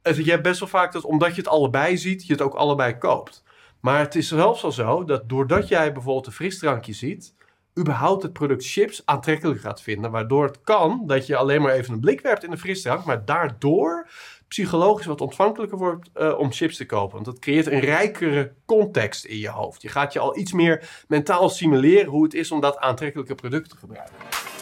je hebt best wel vaak dat omdat je het allebei ziet, je het ook allebei koopt. Maar het is zelfs al zo dat doordat jij bijvoorbeeld een frisdrankje ziet, überhaupt het product chips aantrekkelijk gaat vinden. Waardoor het kan dat je alleen maar even een blik werpt in de frisdrank, maar daardoor psychologisch wat ontvankelijker wordt om chips te kopen. Want dat creëert een rijkere context in je hoofd. Je gaat je al iets meer mentaal simuleren hoe het is om dat aantrekkelijke product te gebruiken.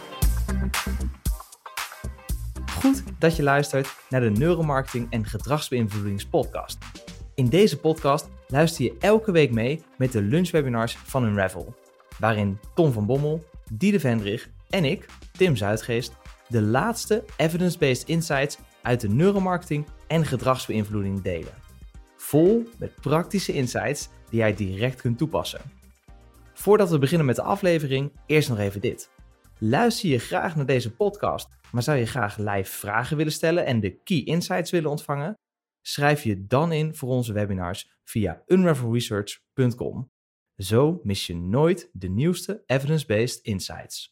Goed dat je luistert naar de Neuromarketing en Gedragsbeïnvloedingspodcast. In deze podcast luister je elke week mee met de lunchwebinars van Unravel, waarin Tom van Bommel, Diede Vendrich en ik, Tim Zuidgeest, de laatste evidence-based insights uit de neuromarketing en gedragsbeïnvloeding delen. Vol met praktische insights die jij direct kunt toepassen. Voordat we beginnen met de aflevering, eerst nog even dit. Luister je graag naar deze podcast, maar zou je graag live vragen willen stellen en de key insights willen ontvangen? Schrijf je dan in voor onze webinars via unravelresearch.com. Zo mis je nooit de nieuwste evidence-based insights.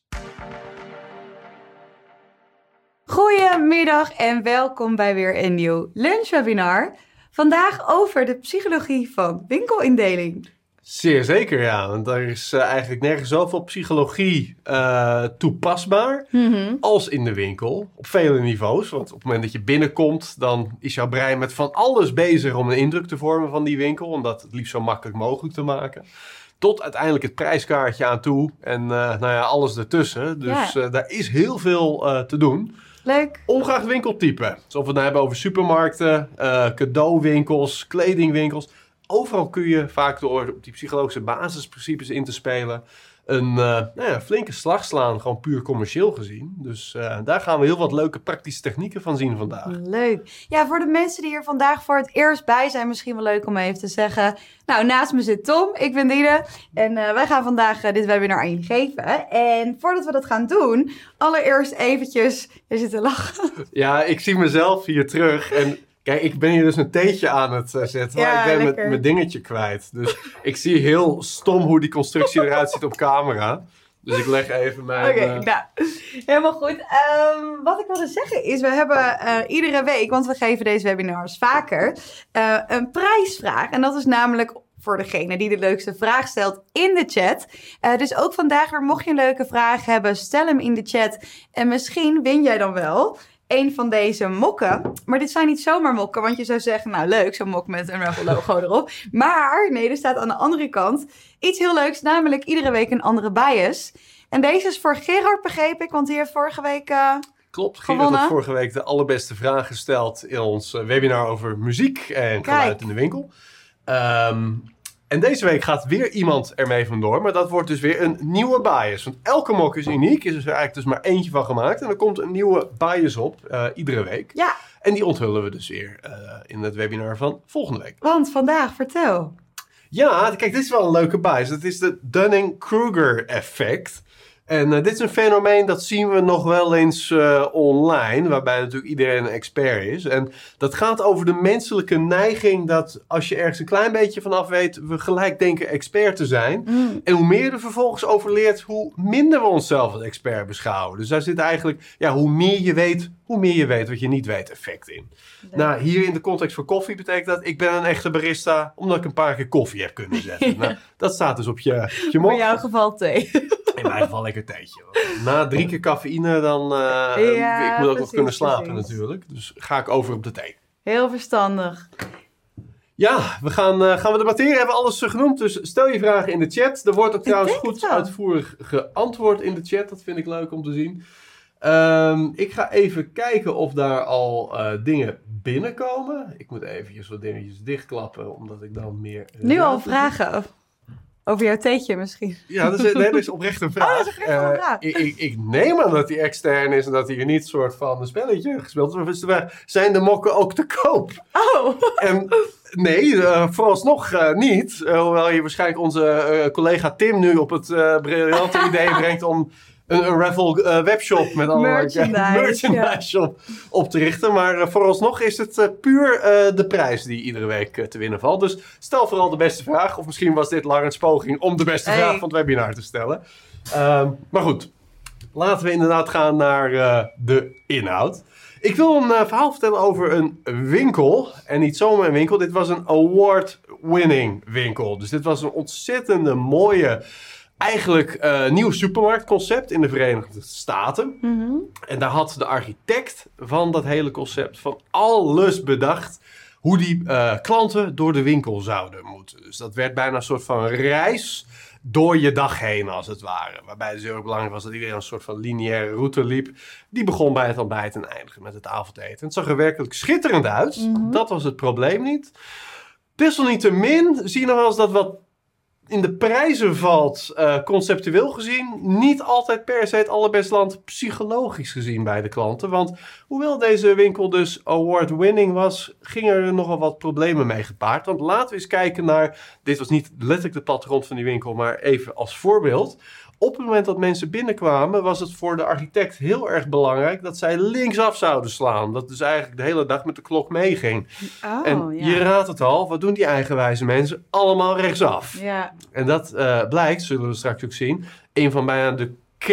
Goedemiddag en welkom bij weer een nieuw lunchwebinar. Vandaag over de psychologie van winkelindeling. Zeer zeker, ja. Want er is eigenlijk nergens zoveel psychologie toepasbaar als in de winkel. Op vele niveaus. Want op het moment dat je binnenkomt, dan is jouw brein met van alles bezig om een indruk te vormen van die winkel. Om dat het liefst zo makkelijk mogelijk te maken. Tot uiteindelijk het prijskaartje aan toe en alles ertussen. Dus daar is heel veel te doen. Leuk. Ongeacht winkeltype. Dus of we het nou hebben over supermarkten, cadeauwinkels, kledingwinkels. Overal kun je vaak door op die psychologische basisprincipes in te spelen een flinke slag slaan, gewoon puur commercieel gezien. Dus daar gaan we heel wat leuke praktische technieken van zien vandaag. Leuk. Ja, voor de mensen die hier vandaag voor het eerst bij zijn, misschien wel leuk om even te zeggen. Nou, naast me zit Tom, ik ben Diede en wij gaan vandaag dit webinar aan jullie geven. En voordat we dat gaan doen, allereerst eventjes, je zit te lachen. Ja, ik zie mezelf hier terug en kijk, ik ben hier dus een theetje aan het zetten, maar ik ben mijn dingetje kwijt. Dus ik zie heel stom hoe die constructie eruit ziet op camera. Dus ik leg even mijn... Oké, nou, helemaal goed. Wat ik wilde zeggen is, we hebben iedere week, want we geven deze webinars vaker, een prijsvraag. En dat is namelijk voor degene die de leukste vraag stelt in de chat. Dus ook vandaag weer, mocht je een leuke vraag hebben, stel hem in de chat. En misschien win jij dan wel een van deze mokken. Maar dit zijn niet zomaar mokken, want je zou zeggen, nou leuk, zo'n mok met een Unravel logo erop. Maar nee, er staat aan de andere kant iets heel leuks, namelijk iedere week een andere bias. En deze is voor Gerard, begreep ik, want die heeft vorige week Klopt, Gerard had vorige week de allerbeste vraag gesteld in ons webinar over muziek en geluid in de winkel. En deze week gaat weer iemand ermee vandoor, maar dat wordt dus weer een nieuwe bias. Want elke mok is uniek, is er eigenlijk dus maar eentje van gemaakt. En er komt een nieuwe bias op, iedere week. Ja. En die onthullen we dus weer in het webinar van volgende week. Want vandaag, vertel. Ja, kijk, dit is wel een leuke bias. Dat is de Dunning-Kruger effect. En dit is een fenomeen dat zien we nog wel eens online, waarbij natuurlijk iedereen een expert is. En dat gaat over de menselijke neiging dat als je ergens een klein beetje vanaf weet, we gelijk denken expert te zijn. En hoe meer je er vervolgens over leert, hoe minder we onszelf als expert beschouwen. Dus daar zit eigenlijk, hoe meer je weet wat je niet weet effect in. Nou, hier in de context van koffie betekent dat ik ben een echte barista omdat ik een paar keer koffie heb kunnen zetten. Nou, dat staat dus op je mok. In jouw geval thee. In mijn geval lekker theetje. Na 3 keer cafeïne dan... ik moet ook nog kunnen slapen natuurlijk. Dus ga ik over op de thee. Heel verstandig. Ja, we gaan debatteren. Hebben we alles genoemd. Dus stel je vragen in de chat. Er wordt ook trouwens goed uitvoerig geantwoord in de chat. Dat vind ik leuk om te zien. Ik ga even kijken of daar al dingen binnenkomen. Ik moet eventjes wat dingetjes dichtklappen. Omdat ik dan meer... Nu al vragen over jouw theetje misschien. Ja, dat is oprecht een vraag. Dat is oprecht een vraag. Ik neem aan dat hij extern is en dat hier niet een soort van een spelletje gespeeld wordt. Zijn de mokken ook te koop? Oh. En nee, vooralsnog niet. Hoewel je waarschijnlijk onze collega Tim nu op het briljante idee brengt om een Unravel webshop met allerlei merchandise shop op te richten. Maar vooralsnog is het puur de prijs die iedere week te winnen valt. Dus stel vooral de beste vraag. Of misschien was dit Laurens' poging om de beste vraag van het webinar te stellen. Maar goed, laten we inderdaad gaan naar de inhoud. Ik wil een verhaal vertellen over een winkel. En niet zomaar een winkel. Dit was een award-winning winkel. Dus dit was een ontzettende mooie, eigenlijk nieuw supermarktconcept in de Verenigde Staten. Mm-hmm. En daar had de architect van dat hele concept van alles bedacht hoe die klanten door de winkel zouden moeten. Dus dat werd bijna een soort van reis door je dag heen, als het ware. Waarbij het heel erg belangrijk was dat iedereen een soort van lineaire route liep. Die begon bij het ontbijt en eindigde met het avondeten. Het zag er werkelijk schitterend uit. Mm-hmm. Dat was het probleem niet. Desalniettemin zie je nog wel eens dat wat in de prijzen valt, conceptueel gezien, niet altijd per se het allerbeste land psychologisch gezien bij de klanten. Want hoewel deze winkel dus award-winning was, gingen er nogal wat problemen mee gepaard. Want laten we eens kijken naar, dit was niet letterlijk de plattegrond van die winkel, maar even als voorbeeld. Op het moment dat mensen binnenkwamen, was het voor de architect heel erg belangrijk dat zij linksaf zouden slaan. Dat dus eigenlijk de hele dag met de klok meeging. En je raadt het al, wat doen die eigenwijze mensen? Allemaal rechtsaf. Ja. En dat blijkt, zullen we straks ook zien, een van bijna de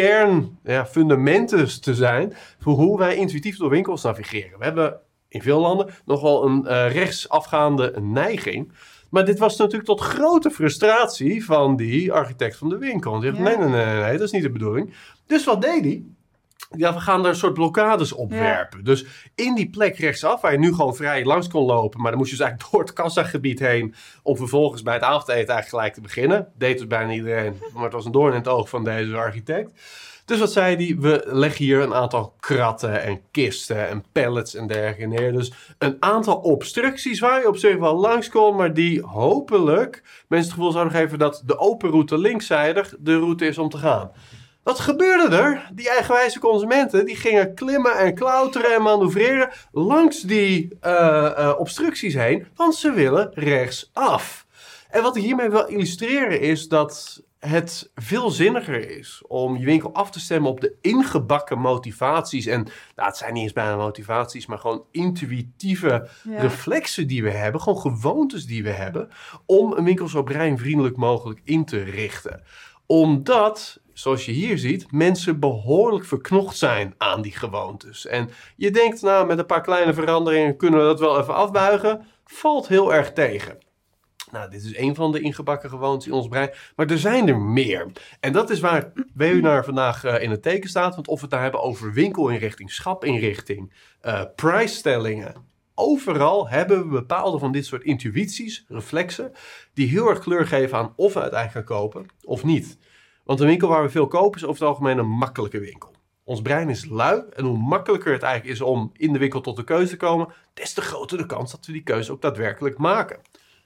kernfundamenten te zijn voor hoe wij intuïtief door winkels navigeren. We hebben in veel landen nogal een rechtsafgaande neiging. Maar dit was natuurlijk tot grote frustratie van die architect van de winkel. Die zegt, nee, dat is niet de bedoeling. Dus wat deed hij? Ja, we gaan daar een soort blokkades opwerpen. Ja. Dus in die plek rechtsaf, waar je nu gewoon vrij langs kon lopen, maar dan moest je dus eigenlijk door het kassagebied heen om vervolgens bij het avondeten eigenlijk gelijk te beginnen. Deed dus bijna iedereen, maar het was een doorn in het oog van deze architect. Dus wat zei hij? We leggen hier een aantal kratten en kisten en pallets en dergelijke neer. Dus een aantal obstructies waar je op zich wel langs kon, maar die hopelijk mensen het gevoel zouden geven dat de open route linkszijdig de route is om te gaan. Wat gebeurde er? Die eigenwijze consumenten die gingen klimmen en klauteren en manoeuvreren langs die obstructies heen, want ze willen rechtsaf. En wat ik hiermee wil illustreren is dat het veel zinniger is om je winkel af te stemmen op de ingebakken motivaties. En het zijn niet eens bijna motivaties, maar gewoon intuïtieve reflexen die we hebben. Gewoon gewoontes die we hebben om een winkel zo breinvriendelijk mogelijk in te richten. Omdat, zoals je hier ziet, mensen behoorlijk verknocht zijn aan die gewoontes. En je denkt, met een paar kleine veranderingen kunnen we dat wel even afbuigen. Valt heel erg tegen. Dit is een van de ingebakken gewoontes in ons brein. Maar er zijn er meer. En dat is waar het webinar vandaag in het teken staat. Want of we het daar hebben over winkelinrichting, schapinrichting, prijsstellingen. Overal hebben we bepaalde van dit soort intuïties, reflexen, die heel erg kleur geven aan of we uiteindelijk gaan kopen of niet. Want een winkel waar we veel kopen is over het algemeen een makkelijke winkel. Ons brein is lui en hoe makkelijker het eigenlijk is om in de winkel tot de keuze te komen, des te groter de kans dat we die keuze ook daadwerkelijk maken.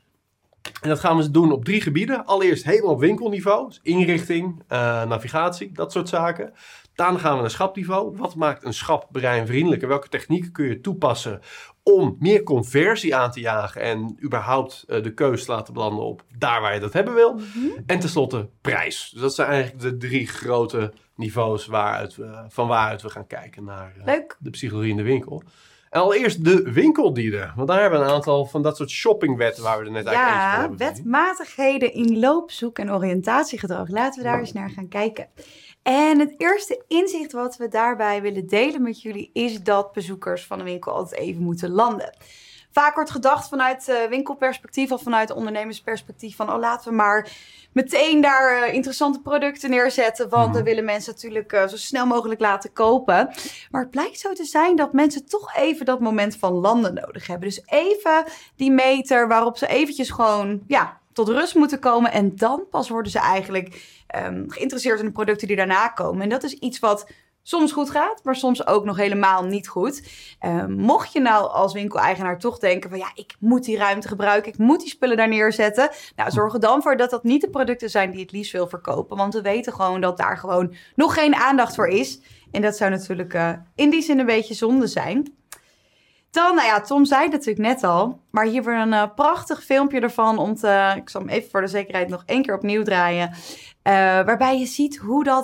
En dat gaan we doen op 3 gebieden. Allereerst helemaal op winkelniveau. Dus inrichting, navigatie, dat soort zaken. Daarna gaan we naar schapniveau. Wat maakt een schap breinvriendelijk? En welke technieken kun je toepassen om meer conversie aan te jagen en überhaupt de keus te laten belanden op daar waar je dat hebben wil. Mm-hmm. En tenslotte prijs. Dus dat zijn eigenlijk de 3 grote niveaus van waaruit we gaan kijken naar de psychologie in de winkel. En allereerst de winkeldieren. Want daar hebben we een aantal van dat soort shoppingwetten waar we er net eigenlijk over hebben. Ja, wetmatigheden in loopzoek en oriëntatiegedrag. Laten we daar eens naar gaan kijken. En het eerste inzicht wat we daarbij willen delen met jullie is dat bezoekers van een winkel altijd even moeten landen. Vaak wordt gedacht vanuit winkelperspectief of vanuit ondernemersperspectief van laten we maar meteen daar interessante producten neerzetten. Want dan willen mensen natuurlijk zo snel mogelijk laten kopen. Maar het blijkt zo te zijn dat mensen toch even dat moment van landen nodig hebben. Dus even die meter waarop ze eventjes gewoon tot rust moeten komen. En dan pas worden ze eigenlijk geïnteresseerd in de producten die daarna komen. En dat is iets wat soms goed gaat, maar soms ook nog helemaal niet goed. Mocht je nou als winkeleigenaar toch denken van ik moet die ruimte gebruiken, ik moet die spullen daar neerzetten. Nou, zorg er dan voor dat dat niet de producten zijn die het liefst wil verkopen. Want we weten gewoon dat daar gewoon nog geen aandacht voor is. En dat zou natuurlijk in die zin een beetje zonde zijn. Dan, Tom zei het natuurlijk net al, maar hier weer een prachtig filmpje ervan ik zal hem even voor de zekerheid nog 1 keer opnieuw draaien. Waarbij je ziet hoe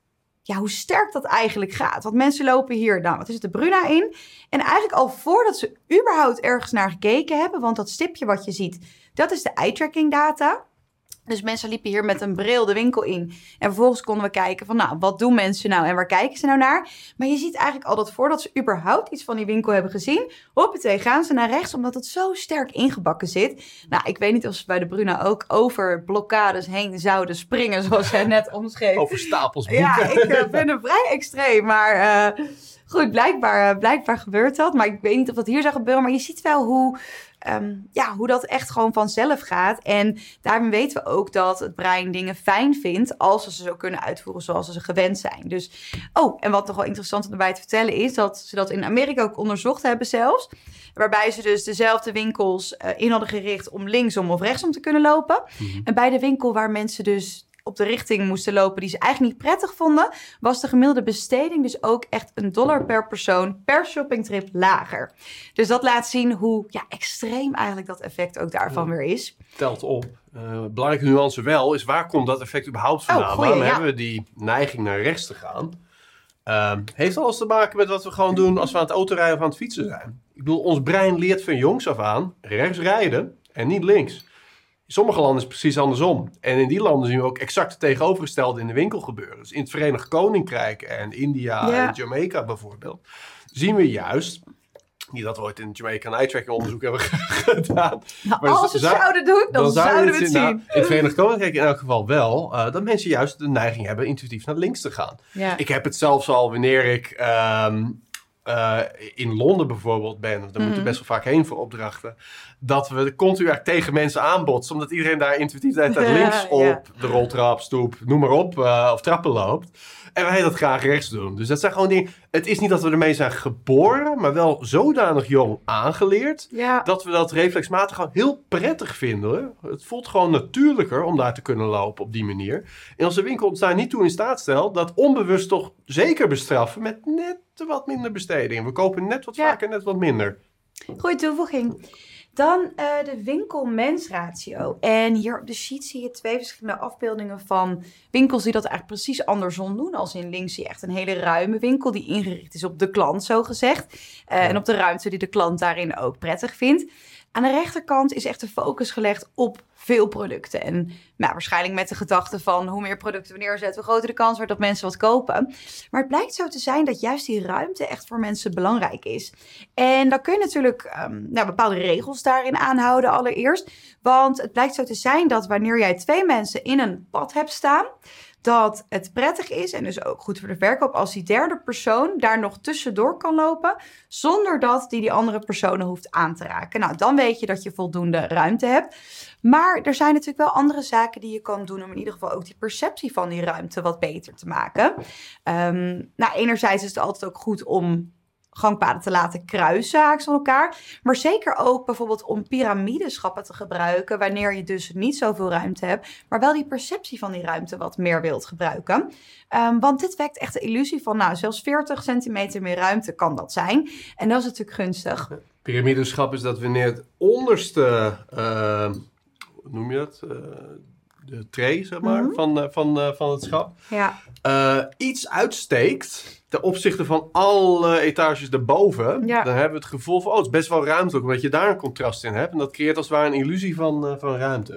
sterk dat eigenlijk gaat. Want mensen lopen hier, wat is het, de Bruna in. En eigenlijk al voordat ze überhaupt ergens naar gekeken hebben, want dat stipje wat je ziet, dat is de eye-tracking data. Dus mensen liepen hier met een bril de winkel in. En vervolgens konden we kijken van, nou, wat doen mensen nou en waar kijken ze nou naar? Maar je ziet eigenlijk al dat voordat ze überhaupt iets van die winkel hebben gezien, hoppatee, gaan ze naar rechts, omdat het zo sterk ingebakken zit. Nou, ik weet niet of ze bij de Bruna ook over blokkades heen zouden springen, zoals jij net omschreef. Over stapels boeken. Ja, ik ben er vrij extreem, maar goed, blijkbaar gebeurt dat. Maar ik weet niet of dat hier zou gebeuren, maar je ziet wel hoe dat echt gewoon vanzelf gaat. En daarmee weten we ook dat het brein dingen fijn vindt als ze zo kunnen uitvoeren zoals ze gewend zijn. Dus, en wat nog wel interessant om erbij te vertellen is dat ze dat in Amerika ook onderzocht hebben zelfs. Waarbij ze dus dezelfde winkels in hadden gericht om linksom of rechtsom te kunnen lopen. Mm-hmm. En bij de winkel waar mensen dus op de richting moesten lopen die ze eigenlijk niet prettig vonden, was de gemiddelde besteding dus ook echt $1 per persoon per shoppingtrip lager. Dus dat laat zien hoe extreem eigenlijk dat effect ook daarvan weer is. Telt op. Belangrijke nuance wel is, waar komt dat effect überhaupt vandaan? Waarom hebben we die neiging naar rechts te gaan? Heeft alles te maken met wat we gewoon doen als we aan het autorijden of aan het fietsen zijn. Ik bedoel, ons brein leert van jongs af aan rechts rijden en niet links. In sommige landen is het precies andersom. En in die landen zien we ook exact het tegenovergestelde in de winkel gebeuren. Dus in het Verenigd Koninkrijk en India en Jamaica bijvoorbeeld, zien we juist, niet dat we ooit in het Jamaican Eye Tracking onderzoek hebben gedaan. Nou, maar als we het zouden doen, dan zouden we het zien. In het Verenigd Koninkrijk in elk geval wel, dat mensen juist de neiging hebben intuïtief naar links te gaan. Ja. Ik heb het zelfs al wanneer ik in Londen bijvoorbeeld ben, daar moeten we best wel vaak heen voor opdrachten, dat we continu eigenlijk tegen mensen aanbotsen, omdat iedereen daar intuïtief uit links op de roltrap, stoep, noem maar op, of trappen loopt. En wij dat graag rechts doen. Dus dat zijn gewoon dingen. Het is niet dat we ermee zijn geboren, maar wel zodanig jong aangeleerd, dat we dat reflexmatig gewoon heel prettig vinden. Het voelt gewoon natuurlijker om daar te kunnen lopen op die manier. En als de winkel ons daar niet toe in staat stelt, dat onbewust toch zeker bestraffen met net wat minder besteding. We kopen net wat vaker, net wat minder. Goeie toevoeging. Dan de winkel-mens-ratio. En hier op de sheet zie je 2 verschillende afbeeldingen van winkels die dat eigenlijk precies andersom doen. Als in links zie je echt een hele ruime winkel die ingericht is op de klant, zo gezegd. En op de ruimte die de klant daarin ook prettig vindt. Aan de rechterkant is echt de focus gelegd op veel producten. En waarschijnlijk met de gedachte van hoe meer producten we neerzetten, hoe groter de kans wordt dat mensen wat kopen. Maar het blijkt zo te zijn dat juist die ruimte echt voor mensen belangrijk is. En dan kun je natuurlijk bepaalde regels daarin aanhouden allereerst. Want het blijkt zo te zijn dat wanneer jij 2 mensen in een pad hebt staan, dat het prettig is en dus ook goed voor de verkoop als die derde persoon daar nog tussendoor kan lopen, zonder dat die andere personen hoeft aan te raken. Nou, dan weet je dat je voldoende ruimte hebt. Maar er zijn natuurlijk wel andere zaken die je kan doen om in ieder geval ook die perceptie van die ruimte wat beter te maken. Enerzijds is het altijd ook goed om gangpaden te laten kruisen haaks van elkaar. Maar zeker ook bijvoorbeeld om piramideschappen te gebruiken, wanneer je dus niet zoveel ruimte hebt, maar wel die perceptie van die ruimte wat meer wilt gebruiken. Want dit wekt echt de illusie van, zelfs 40 centimeter meer ruimte kan dat zijn. En dat is natuurlijk gunstig. Piramideschap is dat wanneer het onderste, hoe noem je dat? De tray, zeg maar, van het schap. Ja. Iets uitsteekt ten opzichte van alle etages daarboven. Ja. Dan hebben we het gevoel van, het is best wel ruimte ook, omdat je daar een contrast in hebt. En dat creëert als het ware een illusie van ruimte.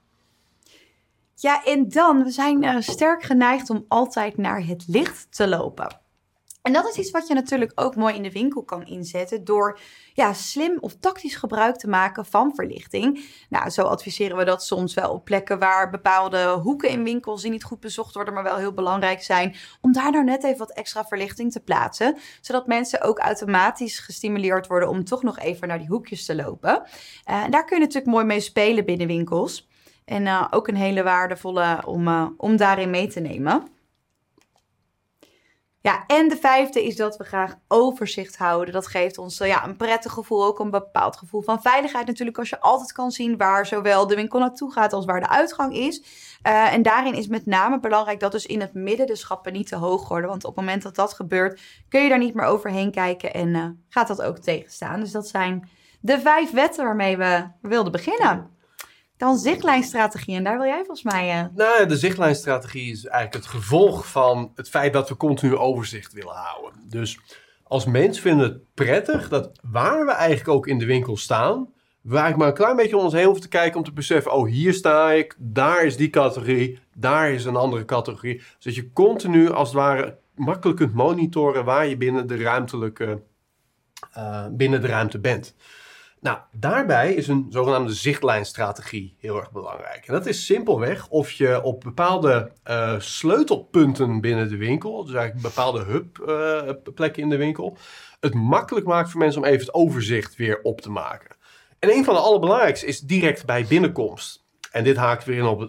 Ja, en dan, we zijn sterk geneigd om altijd naar het licht te lopen. En dat is iets wat je natuurlijk ook mooi in de winkel kan inzetten door slim of tactisch gebruik te maken van verlichting. Nou, zo adviseren we dat soms wel op plekken waar bepaalde hoeken in winkels die niet goed bezocht worden, maar wel heel belangrijk zijn, om daar nou net even wat extra verlichting te plaatsen, zodat mensen ook automatisch gestimuleerd worden om toch nog even naar die hoekjes te lopen. En daar kun je natuurlijk mooi mee spelen binnen winkels. En ook een hele waardevolle om daarin mee te nemen. Ja, en de 5e is dat we graag overzicht houden. Dat geeft ons een prettig gevoel, ook een bepaald gevoel van veiligheid natuurlijk, als je altijd kan zien waar zowel de winkel naartoe gaat als waar de uitgang is. En daarin is met name belangrijk dat dus in het midden de schappen niet te hoog worden. Want op het moment dat dat gebeurt, kun je daar niet meer overheen kijken en gaat dat ook tegenstaan. Dus dat zijn de 5 wetten waarmee we wilden beginnen. Dan zichtlijnstrategie, en daar wil jij volgens mij... De zichtlijnstrategie is eigenlijk het gevolg van het feit dat we continu overzicht willen houden. Dus als mens vinden we het prettig dat waar we eigenlijk ook in de winkel staan, we eigenlijk maar een klein beetje om ons heen hoeven te kijken om te beseffen, hier sta ik, daar is die categorie, daar is een andere categorie. Zodat je continu als het ware makkelijk kunt monitoren waar je binnen de ruimte bent. Nou, daarbij is een zogenaamde zichtlijnstrategie heel erg belangrijk. En dat is simpelweg of je op bepaalde sleutelpunten binnen de winkel, dus eigenlijk bepaalde hubplekken in de winkel, het makkelijk maakt voor mensen om even het overzicht weer op te maken. En een van de allerbelangrijkste is direct bij binnenkomst. En dit haakt weer in op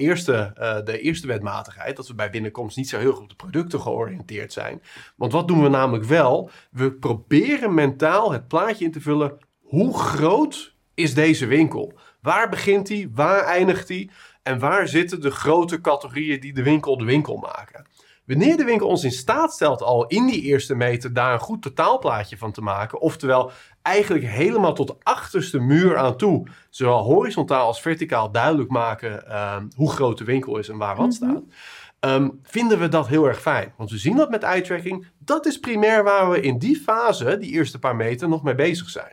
de eerste wetmatigheid, dat we bij binnenkomst niet zo heel goed op de producten georiënteerd zijn. Want wat doen we namelijk wel? We proberen mentaal het plaatje in te vullen. Hoe groot is deze winkel? Waar begint die? Waar eindigt die? En waar zitten de grote categorieën die de winkel maken? Wanneer de winkel ons in staat stelt al in die eerste meter daar een goed totaalplaatje van te maken, oftewel eigenlijk helemaal tot de achterste muur aan toe, zowel horizontaal als verticaal duidelijk maken hoe groot de winkel is en waar wat staat, vinden we dat heel erg fijn. Want we zien dat met eye-tracking. Dat is primair waar we in die fase, die eerste paar meter, nog mee bezig zijn.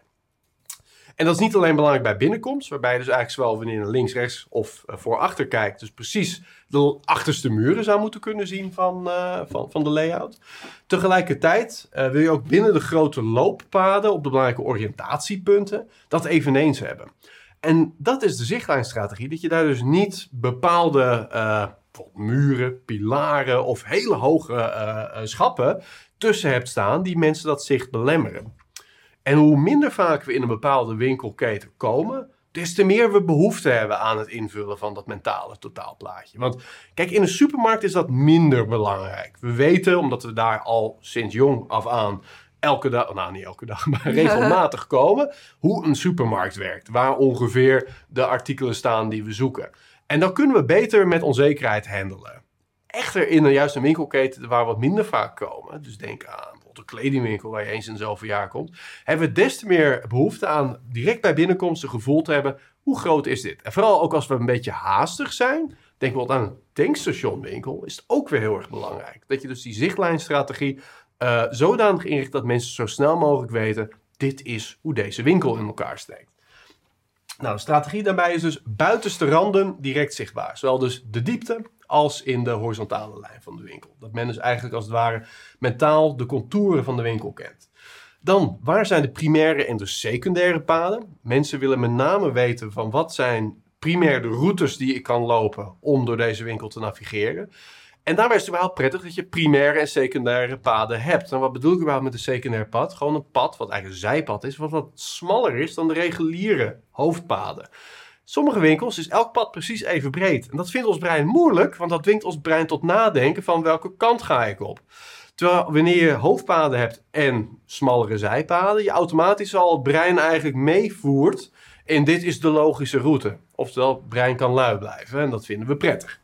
En dat is niet alleen belangrijk bij binnenkomst, waarbij je dus eigenlijk zowel wanneer je naar links, rechts of voor-achter kijkt, dus precies de achterste muren zou moeten kunnen zien van de layout. Tegelijkertijd wil je ook binnen de grote looppaden op de belangrijke oriëntatiepunten dat eveneens hebben. En dat is de zichtlijnstrategie, dat je daar dus niet bepaalde bijvoorbeeld muren, pilaren of hele hoge schappen tussen hebt staan die mensen dat zicht belemmeren. En hoe minder vaak we in een bepaalde winkelketen komen, des te meer we behoefte hebben aan het invullen van dat mentale totaalplaatje. Want kijk, in een supermarkt is dat minder belangrijk. We weten, omdat we daar al sinds jong af aan elke dag, nou niet elke dag, maar regelmatig komen, hoe een supermarkt werkt. Waar ongeveer de artikelen staan die we zoeken. En dan kunnen we beter met onzekerheid handelen. Echter in juist een winkelketen waar we wat minder vaak komen, dus denk aan de kledingwinkel waar je eens in zoveel jaar komt, hebben we des te meer behoefte aan direct bij binnenkomst een gevoel te hebben, hoe groot is dit? En vooral ook als we een beetje haastig zijn, denk bijvoorbeeld aan een tankstationwinkel, is het ook weer heel erg belangrijk. Dat je dus die zichtlijnstrategie zodanig inricht dat mensen zo snel mogelijk weten, dit is hoe deze winkel in elkaar steekt. Nou, de strategie daarbij is dus buitenste randen direct zichtbaar. Zowel dus de diepte als in de horizontale lijn van de winkel. Dat men dus eigenlijk als het ware mentaal de contouren van de winkel kent. Dan, waar zijn de primaire en de secundaire paden? Mensen willen met name weten van wat zijn primair de routes die ik kan lopen om door deze winkel te navigeren. En daarbij is het wel prettig dat je primaire en secundaire paden hebt. En wat bedoel ik überhaupt met een secundair pad? Gewoon een pad, wat eigenlijk een zijpad is, wat smaller is dan de reguliere hoofdpaden. Sommige winkels is elk pad precies even breed. En dat vindt ons brein moeilijk, want dat dwingt ons brein tot nadenken van welke kant ga ik op. Terwijl wanneer je hoofdpaden hebt en smallere zijpaden, je automatisch al het brein eigenlijk meevoert en dit is de logische route. Oftewel, het brein kan lui blijven en dat vinden we prettig.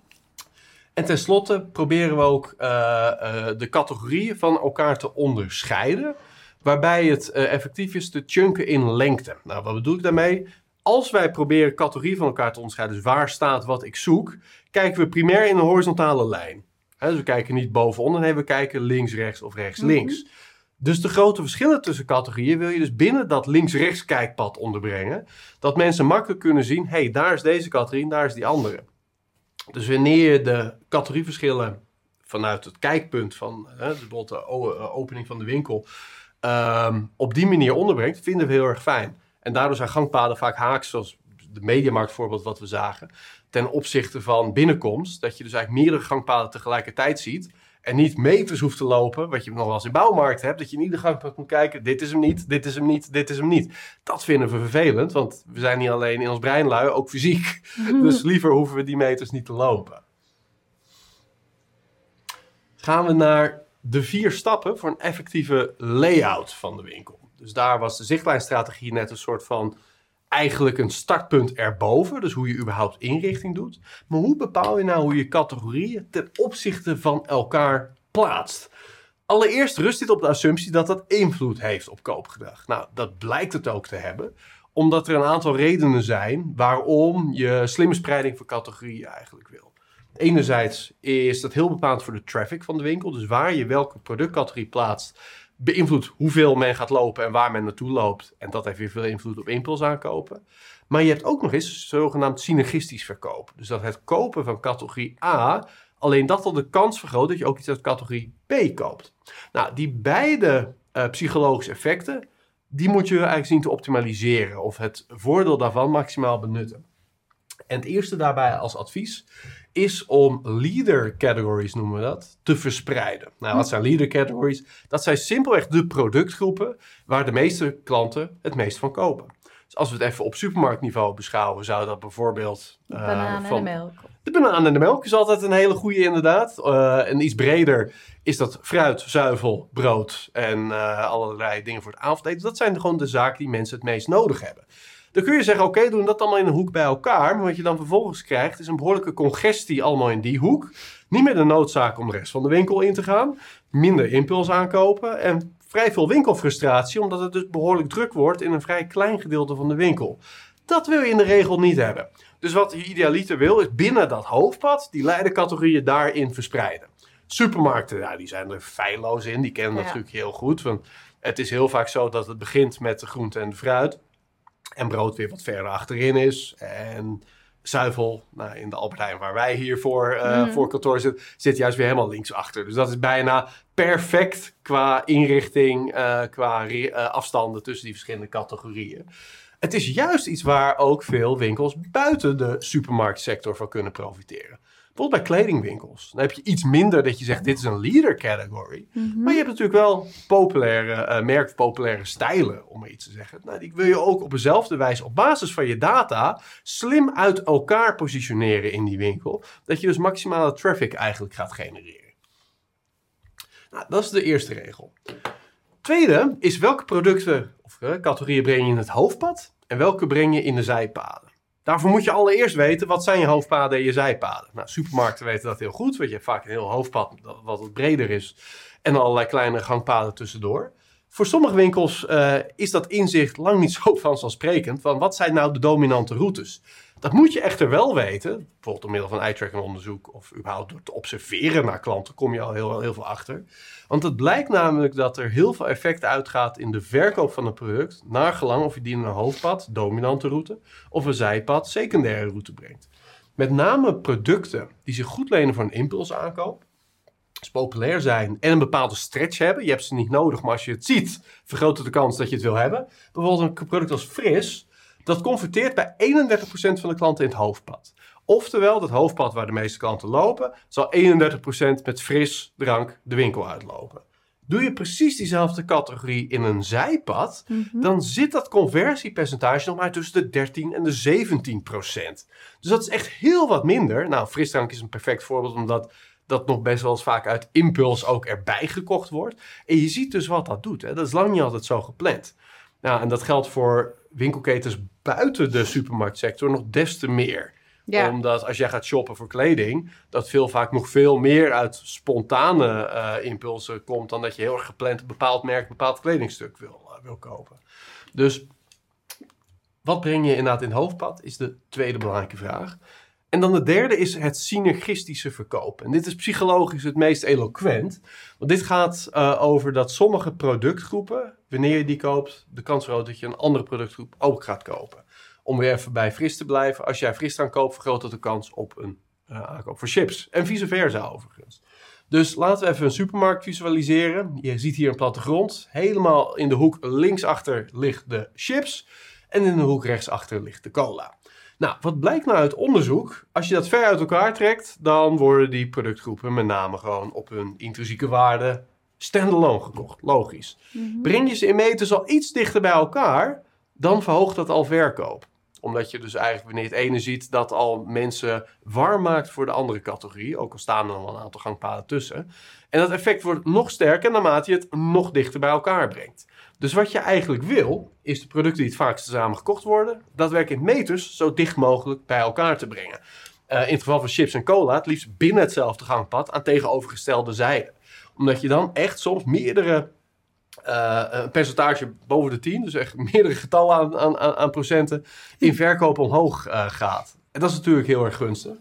En tenslotte proberen we ook de categorieën van elkaar te onderscheiden, waarbij het effectief is te chunken in lengte. Nou, wat bedoel ik daarmee? Als wij proberen categorieën van elkaar te onderscheiden, dus waar staat wat ik zoek, kijken we primair in een horizontale lijn. Dus we kijken niet bovenonder, nee, we kijken links-rechts of rechts-links. Dus de grote verschillen tussen categorieën wil je dus binnen dat links-rechts kijkpad onderbrengen, dat mensen makkelijk kunnen zien, hey, daar is deze categorie en daar is die andere. Dus wanneer je de categorieverschillen vanuit het kijkpunt van bijvoorbeeld de opening van de winkel op die manier onderbrengt, vinden we heel erg fijn. En daardoor zijn gangpaden vaak haaks, zoals de Mediamarkt voorbeeld wat we zagen, ten opzichte van binnenkomst. Dat je dus eigenlijk meerdere gangpaden tegelijkertijd ziet en niet meters hoeft te lopen, wat je nog wel eens in bouwmarkten hebt, dat je in ieder gangpad moet kijken, dit is hem niet, dit is hem niet, dit is hem niet. Dat vinden we vervelend, want we zijn niet alleen in ons brein lui, ook fysiek. Dus liever hoeven we die meters niet te lopen. Gaan we naar de 4 stappen voor een effectieve layout van de winkel. Dus daar was de zichtlijnstrategie net een soort van eigenlijk een startpunt erboven. Dus hoe je überhaupt inrichting doet. Maar hoe bepaal je nou hoe je categorieën ten opzichte van elkaar plaatst? Allereerst rust dit op de assumptie dat dat invloed heeft op koopgedrag. Nou, dat blijkt het ook te hebben. Omdat er een aantal redenen zijn waarom je slimme spreiding van categorieën eigenlijk wil. Enerzijds is dat heel bepaald voor de traffic van de winkel. Dus waar je welke productcategorie plaatst, beïnvloedt hoeveel men gaat lopen en waar men naartoe loopt. En dat heeft weer veel invloed op impuls aankopen. Maar je hebt ook nog eens zogenaamd synergistisch verkopen. Dus dat het kopen van categorie A, alleen dat al de kans vergroot dat je ook iets uit categorie B koopt. Nou, die beide psychologische effecten, die moet je eigenlijk zien te optimaliseren. Of het voordeel daarvan maximaal benutten. En het eerste daarbij als advies is om leader categories, noemen we dat, te verspreiden. Nou, wat zijn leader categories? Dat zijn simpelweg de productgroepen waar de meeste klanten het meest van kopen. Dus als we het even op supermarktniveau beschouwen, zou dat bijvoorbeeld... Banaan en de melk. De banaan en de melk is altijd een hele goede inderdaad. En iets breder is dat fruit, zuivel, brood en allerlei dingen voor het avondeten. Dat zijn gewoon de zaken die mensen het meest nodig hebben. Dan kun je zeggen, oké, doen dat allemaal in een hoek bij elkaar. Maar wat je dan vervolgens krijgt is een behoorlijke congestie allemaal in die hoek. Niet meer de noodzaak om de rest van de winkel in te gaan. Minder impuls aankopen en vrij veel winkelfrustratie, omdat het dus behoorlijk druk wordt in een vrij klein gedeelte van de winkel. Dat wil je in de regel niet hebben. Dus wat je idealiter wil, is binnen dat hoofdpad die leidercategorieën daarin verspreiden. Supermarkten, ja, die zijn er feilloos in. Die kennen dat natuurlijk heel goed. Want het is heel vaak zo dat het begint met de groente en de fruit. En brood weer wat verder achterin is. En zuivel, nou, in de Albert Heijn waar wij hier voor kantoor zitten, zit juist weer helemaal linksachter. Dus dat is bijna perfect qua inrichting, qua afstanden tussen die verschillende categorieën. Het is juist iets waar ook veel winkels buiten de supermarktsector van kunnen profiteren. Bijvoorbeeld bij kledingwinkels. Dan heb je iets minder dat je zegt, dit is een leader category. Mm-hmm. Maar je hebt natuurlijk wel populaire populaire stijlen, om maar iets te zeggen. Nou, die wil je ook op dezelfde wijze op basis van je data slim uit elkaar positioneren in die winkel. Dat je dus maximale traffic eigenlijk gaat genereren. Nou, dat is de eerste regel. Tweede is welke producten of categorieën breng je in het hoofdpad en welke breng je in de zijpaden. Daarvoor moet je allereerst weten, wat zijn je hoofdpaden en je zijpaden? Nou, supermarkten weten dat heel goed, want je hebt vaak een heel hoofdpad wat breder is en allerlei kleine gangpaden tussendoor. Voor sommige winkels is dat inzicht lang niet zo vanzelfsprekend van wat zijn nou de dominante routes. Dat moet je echter wel weten, bijvoorbeeld door middel van eye-tracking onderzoek of überhaupt door te observeren naar klanten kom je al heel veel achter. Want het blijkt namelijk dat er heel veel effect uitgaat in de verkoop van een product, naar gelang of je die in een hoofdpad, dominante route, of een zijpad, secundaire route brengt. Met name producten die zich goed lenen voor een impulsaankoop, dus populair zijn en een bepaalde stretch hebben. Je hebt ze niet nodig, maar als je het ziet, vergroot het de kans dat je het wil hebben. Bijvoorbeeld een product als Fris, dat converteert bij 31% van de klanten in het hoofdpad. Oftewel, dat hoofdpad waar de meeste klanten lopen, zal 31% met frisdrank de winkel uitlopen. Doe je precies diezelfde categorie in een zijpad, dan zit dat conversiepercentage nog maar tussen de 13 en de 17%. Dus dat is echt heel wat minder. Nou, frisdrank is een perfect voorbeeld, omdat dat nog best wel eens vaak uit impuls ook erbij gekocht wordt. En je ziet dus wat dat doet. Hè? Dat is lang niet altijd zo gepland. Nou, en dat geldt voor winkelketens buiten de supermarktsector nog des te meer. Ja. Omdat als jij gaat shoppen voor kleding, dat veel vaak nog veel meer uit spontane impulsen komt dan dat je heel erg gepland een bepaald merk, een bepaald kledingstuk wil kopen. Dus wat breng je inderdaad in het hoofdpad, is de tweede belangrijke vraag. En dan de derde is het synergistische verkopen. En dit is psychologisch het meest eloquent. Want dit gaat over dat sommige productgroepen, wanneer je die koopt, de kans groot dat je een andere productgroep ook gaat kopen. Om weer even bij fris te blijven. Als jij frisdrank koopt, vergroot dat de kans op een aankoop voor chips. En vice versa overigens. Dus laten we even een supermarkt visualiseren. Je ziet hier een plattegrond. Helemaal in de hoek linksachter ligt de chips. En in de hoek rechtsachter ligt de cola. Nou, wat blijkt nou uit onderzoek? Als je dat ver uit elkaar trekt, dan worden die productgroepen met name gewoon op hun intrinsieke waarde standalone gekocht. Logisch. Breng je ze in meters al iets dichter bij elkaar, dan verhoogt dat al verkoop. Omdat je dus eigenlijk wanneer je het ene ziet, dat al mensen warm maakt voor de andere categorie. Ook al staan er nog een aantal gangpaden tussen. En dat effect wordt nog sterker naarmate je het nog dichter bij elkaar brengt. Dus wat je eigenlijk wil, is de producten die het vaakst samen gekocht worden, daadwerkelijk in meters zo dicht mogelijk bij elkaar te brengen. In het geval van chips en cola, het liefst binnen hetzelfde gangpad aan tegenovergestelde zijden. Omdat je dan echt soms meerdere, een percentage boven de 10, dus echt meerdere getallen aan procenten, in verkoop omhoog gaat. En dat is natuurlijk heel erg gunstig.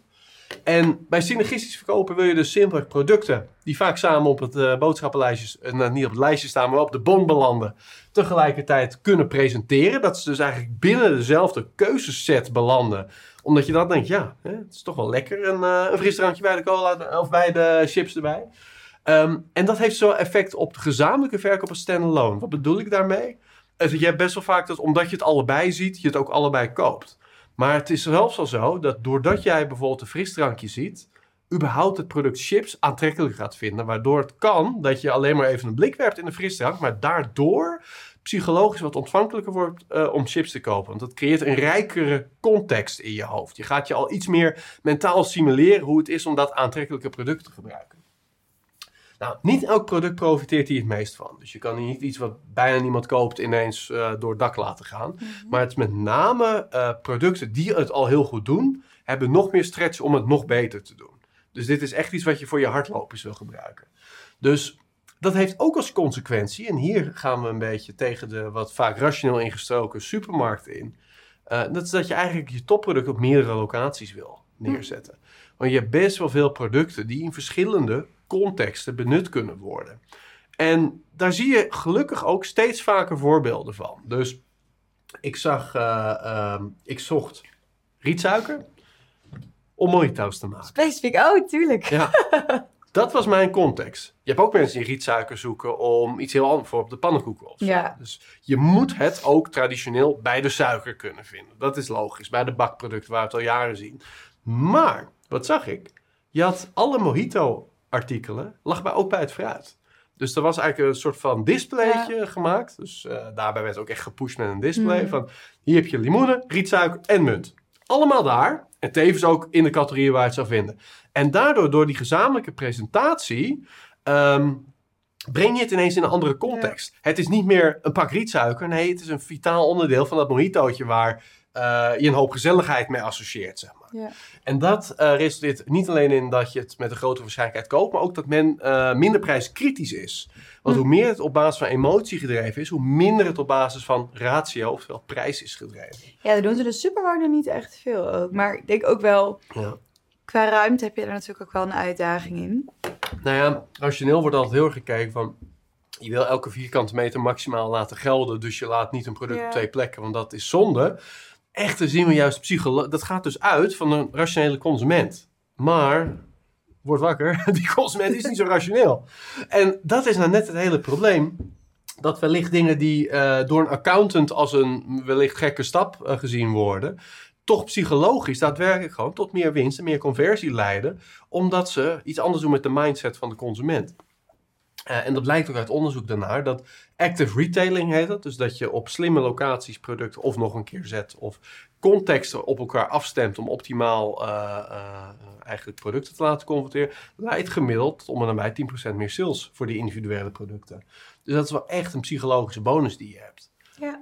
En bij synergistisch verkopen wil je dus simpelweg producten die vaak samen op het boodschappenlijstje, niet op het lijstje staan, maar wel op de bon belanden, tegelijkertijd kunnen presenteren. Dat ze dus eigenlijk binnen dezelfde keuzeset belanden. Omdat je dan denkt, ja, het is toch wel lekker een frisdrankje bij de cola of bij de chips erbij. En dat heeft zo effect op de gezamenlijke verkoop als standalone. Wat bedoel ik daarmee? Je hebt best wel vaak dat omdat je het allebei ziet, je het ook allebei koopt. Maar het is zelfs al zo dat doordat jij bijvoorbeeld een frisdrankje ziet, überhaupt het product chips aantrekkelijk gaat vinden. Waardoor het kan dat je alleen maar even een blik werpt in de frisdrank, maar daardoor psychologisch wat ontvankelijker wordt om chips te kopen. Want dat creëert een rijkere context in je hoofd. Je gaat je al iets meer mentaal simuleren hoe het is om dat aantrekkelijke product te gebruiken. Nou, niet elk product profiteert hier het meest van. Dus je kan hier niet iets wat bijna niemand koopt ineens door het dak laten gaan. Mm-hmm. Maar het is met name producten die het al heel goed doen, hebben nog meer stretch om het nog beter te doen. Dus dit is echt iets wat je voor je hardlopers wil gebruiken. Dus dat heeft ook als consequentie, en hier gaan we een beetje tegen de wat vaak rationeel ingestoken supermarkten in. Dat is dat je eigenlijk je topproduct op meerdere locaties wil neerzetten. Want je hebt best wel veel producten die in verschillende contexten benut kunnen worden. En daar zie je gelukkig ook steeds vaker voorbeelden van. Dus ik zocht rietsuiker om mojito's te maken. Specifiek, oh, tuurlijk. Ja, dat was mijn context. Je hebt ook mensen die rietsuiker zoeken om iets heel anders voor op de pannenkoeken of zo. Ja. Dus je moet het ook traditioneel bij de suiker kunnen vinden. Dat is logisch, bij de bakproducten waar we het al jaren zien. Maar, wat zag ik? Je had alle mojito-artikelen, lag ook bij het fruit. Dus er was eigenlijk een soort van displaytje gemaakt. Dus daarbij werd ook echt gepusht met een display. Van, hier heb je limoenen, rietsuiker en munt. Allemaal daar. En tevens ook in de categorieën waar je het zou vinden. En daardoor, door die gezamenlijke presentatie, breng je het ineens in een andere context. Ja. Het is niet meer een pak rietsuiker. Nee, het is een vitaal onderdeel van dat mojitootje waar je een hoop gezelligheid mee associeert, zeg maar. Ja. En dat resulteert niet alleen in dat je het met een grotere waarschijnlijkheid koopt, maar ook dat men minder prijskritisch is. Want hoe meer het op basis van emotie gedreven is, hoe minder het op basis van ratio, oftewel prijs, is gedreven. Ja, dat doen ze de supermarkten niet echt veel ook. Maar ik denk ook wel, qua ruimte heb je daar natuurlijk ook wel een uitdaging in. Nou ja, rationeel wordt altijd heel erg gekeken van, je wil elke vierkante meter maximaal laten gelden, dus je laat niet een product op 2 plekken, want dat is zonde. Echter zien we juist dat gaat dus uit van een rationele consument. Maar, word wakker, die consument is niet zo rationeel. En dat is nou net het hele probleem. Dat wellicht dingen die door een accountant als een wellicht gekke stap gezien worden, toch psychologisch daadwerkelijk gewoon tot meer winst en meer conversie leiden. Omdat ze iets anders doen met de mindset van de consument. En dat blijkt ook uit onderzoek daarnaar, dat active retailing heet dat. Dus dat je op slimme locaties producten of nog een keer zet of contexten op elkaar afstemt om optimaal eigenlijk producten te laten converteren, leidt gemiddeld om en nabij 10% meer sales voor die individuele producten. Dus dat is wel echt een psychologische bonus die je hebt. Ja.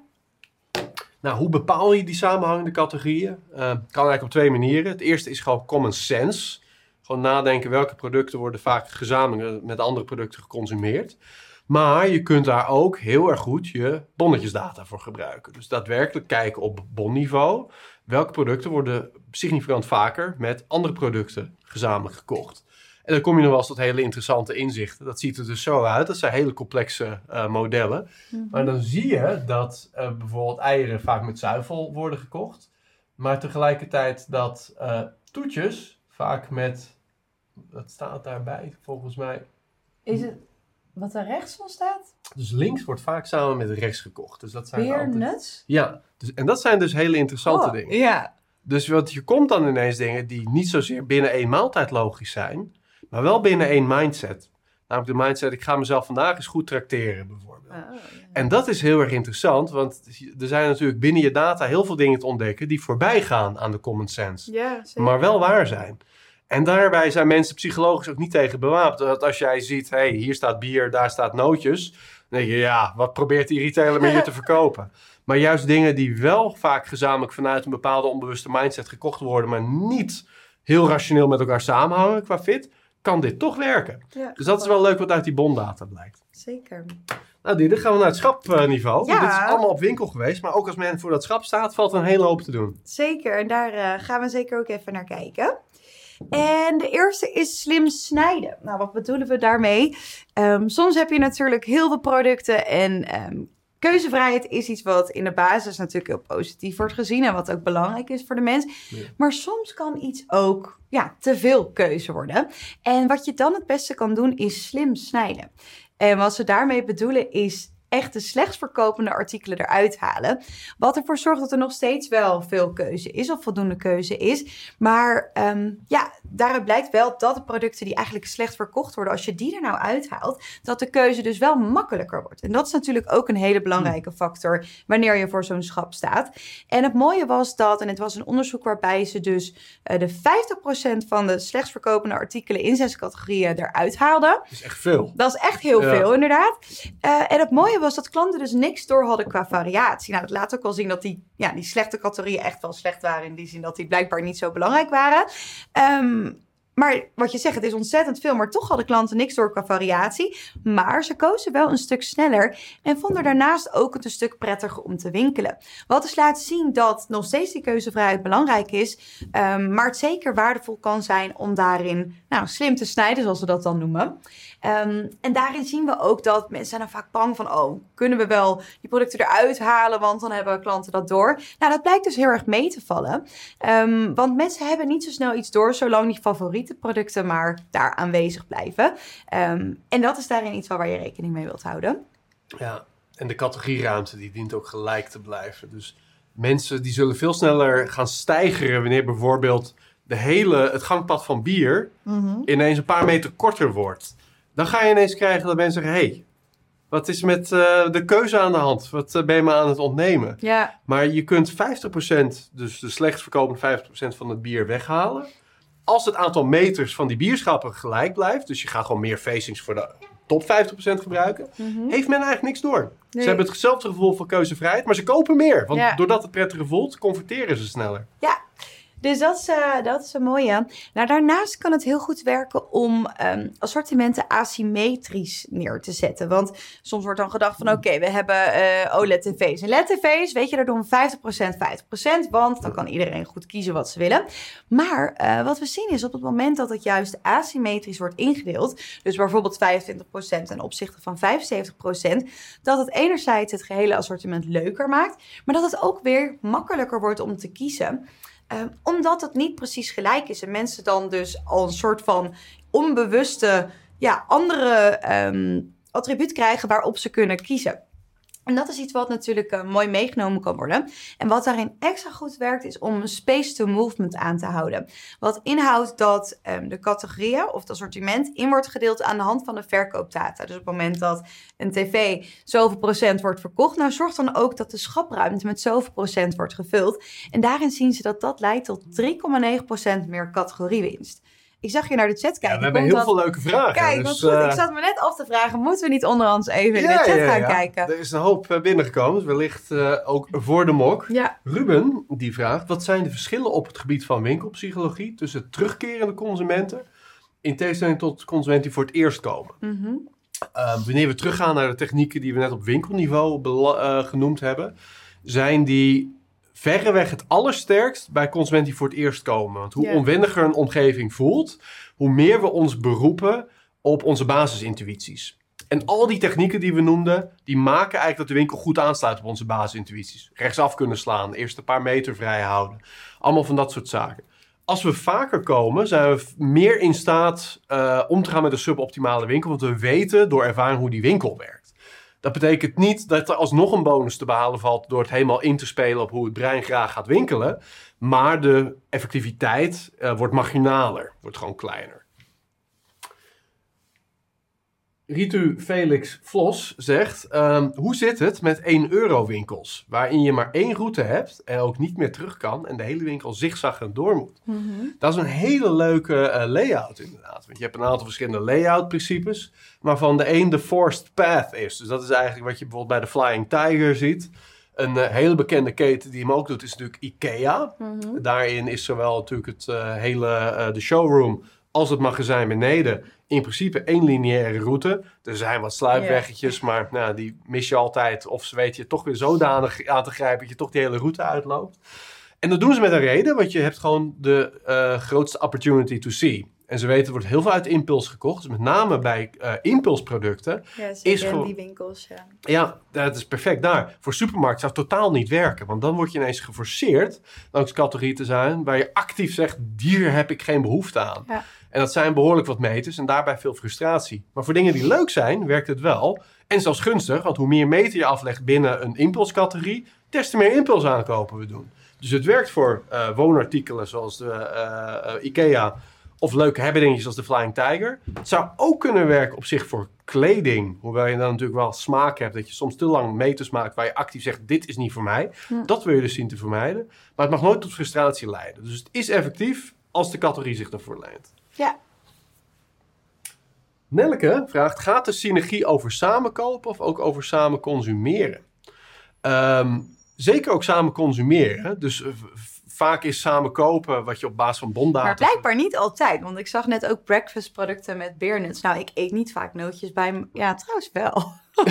Nou, hoe bepaal je die samenhangende categorieën? Kan eigenlijk op 2 manieren. Het eerste is gewoon common sense. Gewoon nadenken welke producten worden vaak gezamenlijk met andere producten geconsumeerd. Maar je kunt daar ook heel erg goed je bonnetjesdata voor gebruiken. Dus daadwerkelijk kijken op bonniveau welke producten worden significant vaker met andere producten gezamenlijk gekocht. En dan kom je nog wel eens tot hele interessante inzichten. Dat ziet er dus zo uit. Dat zijn hele complexe modellen. Mm-hmm. Maar dan zie je dat bijvoorbeeld eieren vaak met zuivel worden gekocht. Maar tegelijkertijd dat toetjes vaak met... Dat staat daarbij volgens mij. Is het wat er rechts van staat? Dus links wordt vaak samen met rechts gekocht. Dus dat zijn peanuts? Ja, dus, en dat zijn dus hele interessante dingen. Ja. Dus wat je komt dan ineens dingen die niet zozeer binnen 1 maaltijd logisch zijn, maar wel binnen 1 mindset. Namelijk de mindset, ik ga mezelf vandaag eens goed trakteren bijvoorbeeld. Oh, ja. En dat is heel erg interessant, want er zijn natuurlijk binnen je data heel veel dingen te ontdekken die voorbij gaan aan de common sense. Ja, zeker. Maar wel waar zijn. En daarbij zijn mensen psychologisch ook niet tegen bewapend. Dat als jij ziet, hey, hier staat bier, daar staat nootjes. Dan denk je, ja, wat probeert die retailer met je te verkopen? Maar juist dingen die wel vaak gezamenlijk vanuit een bepaalde onbewuste mindset gekocht worden, maar niet heel rationeel met elkaar samenhangen qua fit, kan dit toch werken. Ja, dus dat is wel leuk wat uit die bondata blijkt. Zeker. Nou, dan gaan we naar het schapniveau. Ja. Dit is allemaal op winkel geweest, maar ook als men voor dat schap staat, valt er een hele hoop te doen. Zeker, en daar gaan we zeker ook even naar kijken. En de eerste is slim snijden. Nou, wat bedoelen we daarmee? Soms heb je natuurlijk heel veel producten en keuzevrijheid is iets wat in de basis natuurlijk heel positief wordt gezien en wat ook belangrijk is voor de mens. Ja. Maar soms kan iets ook te veel keuze worden. En wat je dan het beste kan doen is slim snijden. En wat ze daarmee bedoelen is echt de slechtst verkopende artikelen eruit halen. Wat ervoor zorgt dat er nog steeds wel veel keuze is of voldoende keuze is. Maar daaruit blijkt wel dat de producten die eigenlijk slecht verkocht worden, als je die er nou uithaalt, dat de keuze dus wel makkelijker wordt. En dat is natuurlijk ook een hele belangrijke factor wanneer je voor zo'n schap staat. En het mooie was dat, en het was een onderzoek waarbij ze dus de 50% van de slechtst verkopende artikelen in 6 categorieën eruit haalden. Dat is echt veel. Dat is echt heel veel, inderdaad. En het mooie was dat klanten dus niks door hadden qua variatie. Nou, dat laat ook wel zien dat die slechte categorieën echt wel slecht waren. In die zin dat die blijkbaar niet zo belangrijk waren. Maar wat je zegt, het is ontzettend veel. Maar toch hadden klanten niks door qua variatie. Maar ze kozen wel een stuk sneller. En vonden daarnaast ook het een stuk prettiger om te winkelen. Wat dus laat zien dat nog steeds die keuzevrijheid belangrijk is. Maar het zeker waardevol kan zijn om daarin slim te snijden, zoals we dat dan noemen. En daarin zien we ook dat mensen zijn dan vaak bang van, kunnen we wel die producten eruit halen, want dan hebben klanten dat door. Nou, dat blijkt dus heel erg mee te vallen. Want mensen hebben niet zo snel iets door, zolang die favoriete producten maar daar aanwezig blijven. En dat is daarin iets waar je rekening mee wilt houden. Ja, en de categorieruimte die dient ook gelijk te blijven. Dus mensen die zullen veel sneller gaan steigeren wanneer bijvoorbeeld het gangpad van bier ineens een paar meter korter wordt. Dan ga je ineens krijgen dat mensen zeggen, hey, wat is met de keuze aan de hand? Wat ben je me aan het ontnemen? Ja. Maar je kunt 50%, dus de slechtst verkopende 50% van het bier weghalen. Als het aantal meters van die bierschappen gelijk blijft, dus je gaat gewoon meer facings voor de top 50% gebruiken, heeft men eigenlijk niks door. Nee. Ze hebben hetzelfde gevoel van keuzevrijheid, maar ze kopen meer. Want doordat het prettiger voelt, converteren ze sneller. Ja. Dus dat is een mooie. Nou, daarnaast kan het heel goed werken om assortimenten asymmetrisch neer te zetten. Want soms wordt dan gedacht van oké, we hebben OLED-tv's. En LED-tv's, weet je, daar doen we 50%, want dan kan iedereen goed kiezen wat ze willen. Maar wat we zien is op het moment dat het juist asymmetrisch wordt ingedeeld, dus bijvoorbeeld 25% ten opzichte van 75%, dat het enerzijds het gehele assortiment leuker maakt, maar dat het ook weer makkelijker wordt om te kiezen. Omdat het niet precies gelijk is. En mensen dan dus al een soort van onbewuste andere attribuut krijgen waarop ze kunnen kiezen. En dat is iets wat natuurlijk mooi meegenomen kan worden. En wat daarin extra goed werkt is om een space to movement aan te houden. Wat inhoudt dat de categorieën of het assortiment in wordt gedeeld aan de hand van de verkoopdata. Dus op het moment dat een tv zoveel procent wordt verkocht, nou zorgt dan ook dat de schapruimte met zoveel procent wordt gevuld. En daarin zien ze dat leidt tot 3,9% meer categoriewinst. Ik zag je naar de chat kijken. Ja, we hebben heel veel leuke vragen. Kijk, dus, goed. Ik zat me net af te vragen, moeten we niet onderhands even in de chat gaan kijken? Er is een hoop binnengekomen, wellicht ook voor de mok. Ja. Ruben, die vraagt, wat zijn de verschillen op het gebied van winkelpsychologie tussen terugkerende consumenten in tegenstelling tot consumenten die voor het eerst komen? Wanneer we teruggaan naar de technieken die we net op winkelniveau genoemd hebben, zijn die verreweg het allersterkst bij consumenten die voor het eerst komen. Want hoe onwenniger een omgeving voelt, hoe meer we ons beroepen op onze basisintuïties. En al die technieken die we noemden, die maken eigenlijk dat de winkel goed aansluit op onze basisintuïties. Rechtsaf kunnen slaan, eerst een paar meter vrij houden. Allemaal van dat soort zaken. Als we vaker komen, zijn we meer in staat om te gaan met een suboptimale winkel. Want we weten door ervaring hoe die winkel werkt. Dat betekent niet dat er alsnog een bonus te behalen valt door het helemaal in te spelen op hoe het brein graag gaat winkelen. Maar de effectiviteit wordt marginaler, wordt gewoon kleiner. Ritu Felix Vlos zegt, hoe zit het met 1 euro winkels? Waarin je maar 1 route hebt en ook niet meer terug kan en de hele winkel zigzaggend door moet. Dat is een hele leuke layout inderdaad. Want je hebt een aantal verschillende layout principes, waarvan de een de forced path is. Dus dat is eigenlijk wat je bijvoorbeeld bij de Flying Tiger ziet. Een hele bekende keten die hem ook doet is natuurlijk IKEA. Daarin is zowel natuurlijk de showroom als het magazijn beneden in principe 1 lineaire route. Er zijn wat sluipweggetjes, maar die mis je altijd. Of ze weten je toch weer zodanig aan te grijpen dat je toch die hele route uitloopt. En dat doen ze met een reden, want je hebt gewoon de grootste opportunity to see. En ze weten, er wordt heel veel uit impuls gekocht. Dus met name bij impulsproducten. Ja, zeker is gewoon, in die winkels, ja. Ja, dat is perfect daar. Voor supermarkt zou het totaal niet werken. Want dan word je ineens geforceerd langs categorie te zijn waar je actief zegt, hier heb ik geen behoefte aan. Ja. En dat zijn behoorlijk wat meters en daarbij veel frustratie. Maar voor dingen die leuk zijn, werkt het wel. En zelfs gunstig, want hoe meer meter je aflegt binnen een impulscategorie, des te meer impulsaankopen we doen. Dus het werkt voor woonartikelen zoals de IKEA of leuke hebbedingetjes als de Flying Tiger. Het zou ook kunnen werken op zich voor kleding. Hoewel je dan natuurlijk wel smaak hebt dat je soms te lang meters maakt waar je actief zegt, dit is niet voor mij. Dat wil je dus zien te vermijden. Maar het mag nooit tot frustratie leiden. Dus het is effectief als de categorie zich daarvoor leent. Ja. Nelleke vraagt, gaat de synergie over samenkopen of ook over samen consumeren? Zeker ook samen consumeren. Dus vaak is samen kopen wat je op basis van bonddata... Maar blijkbaar niet altijd. Want ik zag net ook breakfastproducten met beernuts. Nou, ik eet niet vaak nootjes bij me. Ja, trouwens wel.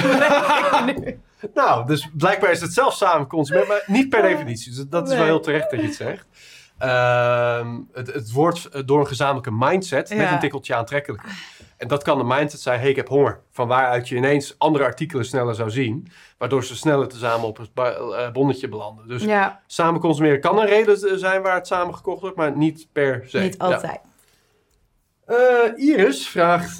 Nou, dus blijkbaar is het zelf samen consumeren, maar niet per definitie. Dus dat is wel heel terecht dat je het zegt. Het wordt door een gezamenlijke mindset met een tikkeltje aantrekkelijker. En dat kan een mindset zijn, hey, ik heb honger. Van waaruit je ineens andere artikelen sneller zou zien. Waardoor ze sneller tezamen op het bonnetje belanden. Dus samen consumeren kan een reden zijn waar het samen gekocht wordt, maar niet per se. Niet altijd. Iris vraagt...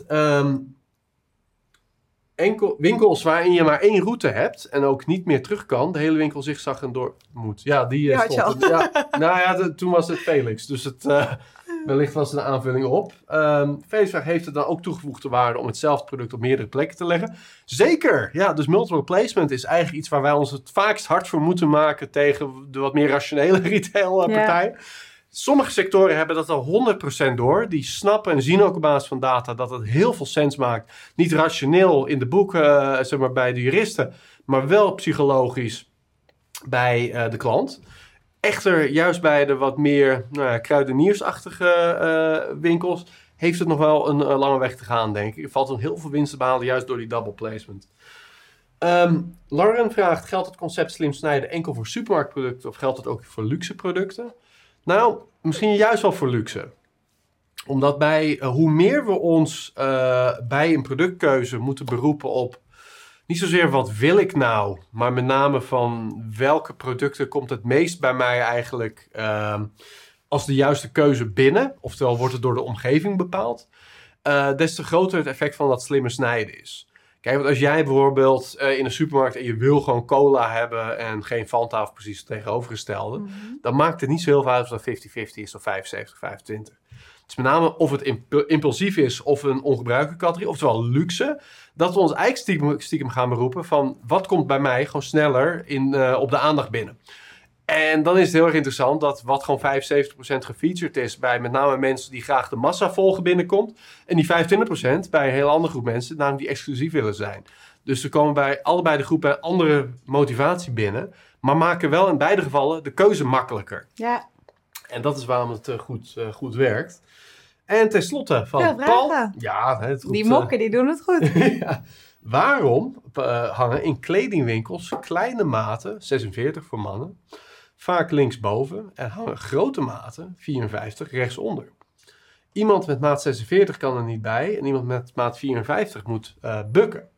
winkels waarin je maar één route hebt en ook niet meer terug kan, de hele winkel zigzag en door moet. Ja, die stond. Nou ja, toen was het Felix. Dus wellicht was het een aanvulling op. Felix vraagt, heeft het dan ook toegevoegde waarde om hetzelfde product op meerdere plekken te leggen? Zeker! Ja, dus multiple placement is eigenlijk iets waar wij ons het vaakst hard voor moeten maken tegen de wat meer rationele retailpartijen. Sommige sectoren hebben dat al 100% door. Die snappen en zien ook op basis van data dat het heel veel sens maakt. Niet rationeel in de boeken, zeg maar bij de juristen, maar wel psychologisch bij de klant. Echter, juist bij de wat meer kruideniersachtige winkels heeft het nog wel een lange weg te gaan, denk ik. Er valt dan heel veel winst te behalen, juist door die double placement. Lauren vraagt, geldt het concept slim snijden enkel voor supermarktproducten of geldt het ook voor luxe producten? Nou, misschien juist wel voor luxe. Omdat hoe meer we ons bij een productkeuze moeten beroepen op niet zozeer wat wil ik nou, maar met name van welke producten komt het meest bij mij eigenlijk als de juiste keuze binnen. Oftewel wordt het door de omgeving bepaald. Des te groter het effect van dat slimme snijden is. Kijk, want als jij bijvoorbeeld in een supermarkt en je wil gewoon cola hebben en geen Fanta of precies het tegenovergestelde, dan maakt het niet zo heel veel uit of dat 50-50 is of 75-25. Het is met name of het impulsief is of een ongebruikelijke categorie, oftewel luxe, dat we ons eigenlijk stiekem gaan beroepen van wat komt bij mij gewoon sneller op de aandacht binnen. En dan is het heel erg interessant dat wat gewoon 75% gefeatured is bij met name mensen die graag de massa volgen binnenkomt. En die 25% bij een hele andere groep mensen, namelijk die exclusief willen zijn. Dus ze komen bij allebei de groepen andere motivatie binnen, maar maken wel in beide gevallen de keuze makkelijker. Ja. En dat is waarom het goed werkt. En tenslotte van Paul. Ja, het goed, die mokken die doen het goed. Ja. Waarom hangen in kledingwinkels kleine maten, 46 voor mannen, vaak linksboven en hangen grote maten, 54, rechtsonder? Iemand met maat 46 kan er niet bij en iemand met maat 54 moet bukken.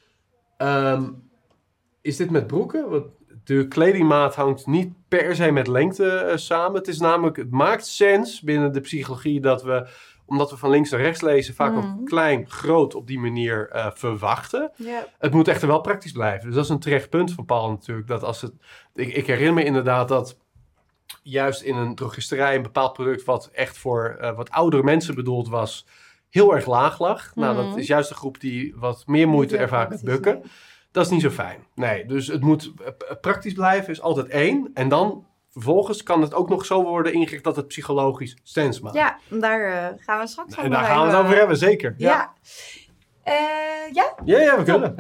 Is dit met broeken? Want de kledingmaat hangt niet per se met lengte samen. Het is namelijk, het maakt sens binnen de psychologie dat we, omdat we van links naar rechts lezen, vaak ook klein, groot op die manier verwachten. Yep. Het moet echter wel praktisch blijven. Dus dat is een terecht punt van Paul natuurlijk. Dat als het, ik herinner me inderdaad dat juist in een drogisterij een bepaald product wat echt voor wat oudere mensen bedoeld was, heel erg laag lag. Nou, dat is juist de groep die wat meer moeite ervaart met bukken. Nee. Dat is niet zo fijn. Nee, dus het moet praktisch blijven, is altijd 1. En dan vervolgens kan het ook nog zo worden ingericht dat het psychologisch sens maakt. Ja, daar gaan we straks over en daar gaan we het over hebben, zeker. Ja. Ja? Ja, we kunnen. Ja.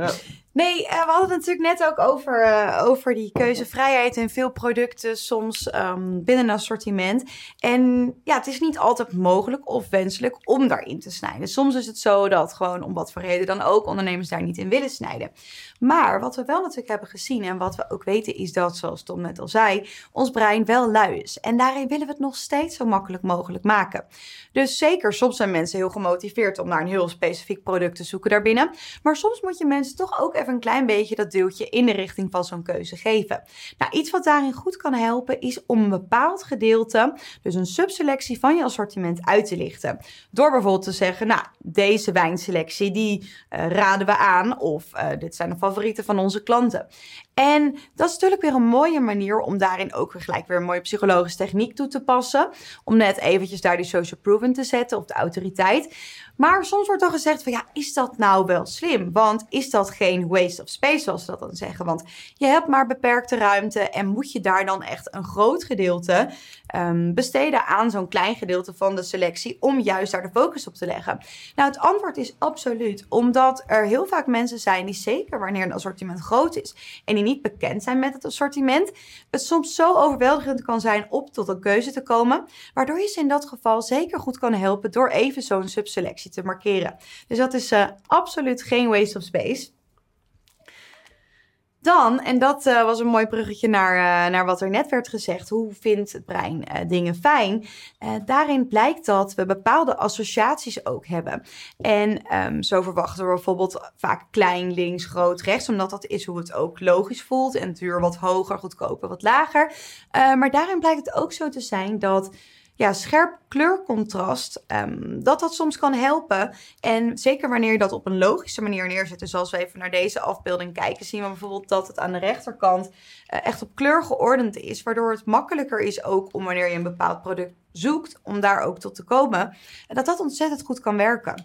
Nee, we hadden het natuurlijk net ook over die keuzevrijheid en veel producten soms binnen een assortiment. En ja, het is niet altijd mogelijk of wenselijk om daarin te snijden. Soms is het zo dat gewoon om wat voor reden dan ook ondernemers daar niet in willen snijden. Maar wat we wel natuurlijk hebben gezien en wat we ook weten is dat, zoals Tom net al zei, ons brein wel lui is. En daarin willen we het nog steeds zo makkelijk mogelijk maken. Dus zeker, soms zijn mensen heel gemotiveerd om naar een heel specifiek product te zoeken daarbinnen. Maar soms moet je mensen toch ook even een klein beetje dat duwtje in de richting van zo'n keuze geven. Nou, iets wat daarin goed kan helpen is om een bepaald gedeelte, dus een subselectie van je assortiment uit te lichten. Door bijvoorbeeld te zeggen, nou, deze wijnselectie die raden we aan of dit zijn de favorieten van onze klanten. En dat is natuurlijk weer een mooie manier om daarin ook weer gelijk weer een mooie psychologische techniek toe te passen. Om net eventjes daar die social proof in te zetten of de autoriteit. Maar soms wordt dan gezegd van ja, is dat nou wel slim? Want is dat geen waste of space zoals ze dat dan zeggen? Want je hebt maar beperkte ruimte en moet je daar dan echt een groot gedeelte besteden aan zo'n klein gedeelte van de selectie om juist daar de focus op te leggen? Nou, het antwoord is absoluut. Omdat er heel vaak mensen zijn die zeker wanneer een assortiment groot is en die niet bekend zijn met het assortiment, het soms zo overweldigend kan zijn om tot een keuze te komen, waardoor je ze in dat geval zeker goed kan helpen door even zo'n subselectie te markeren. Dus dat is absoluut geen waste of space. Dan, en dat was een mooi bruggetje naar wat er net werd gezegd. Hoe vindt het brein dingen fijn? Daarin blijkt dat we bepaalde associaties ook hebben. En zo verwachten we bijvoorbeeld vaak klein, links, groot, rechts. Omdat dat is hoe het ook logisch voelt. En duur wat hoger, goedkoper wat lager. Maar daarin blijkt het ook zo te zijn dat scherp kleurcontrast, dat soms kan helpen. En zeker wanneer je dat op een logische manier neerzet. Dus als we even naar deze afbeelding kijken, zien we bijvoorbeeld dat het aan de rechterkant echt op kleur geordend is. Waardoor het makkelijker is ook om wanneer je een bepaald product zoekt, om daar ook tot te komen. En dat ontzettend goed kan werken.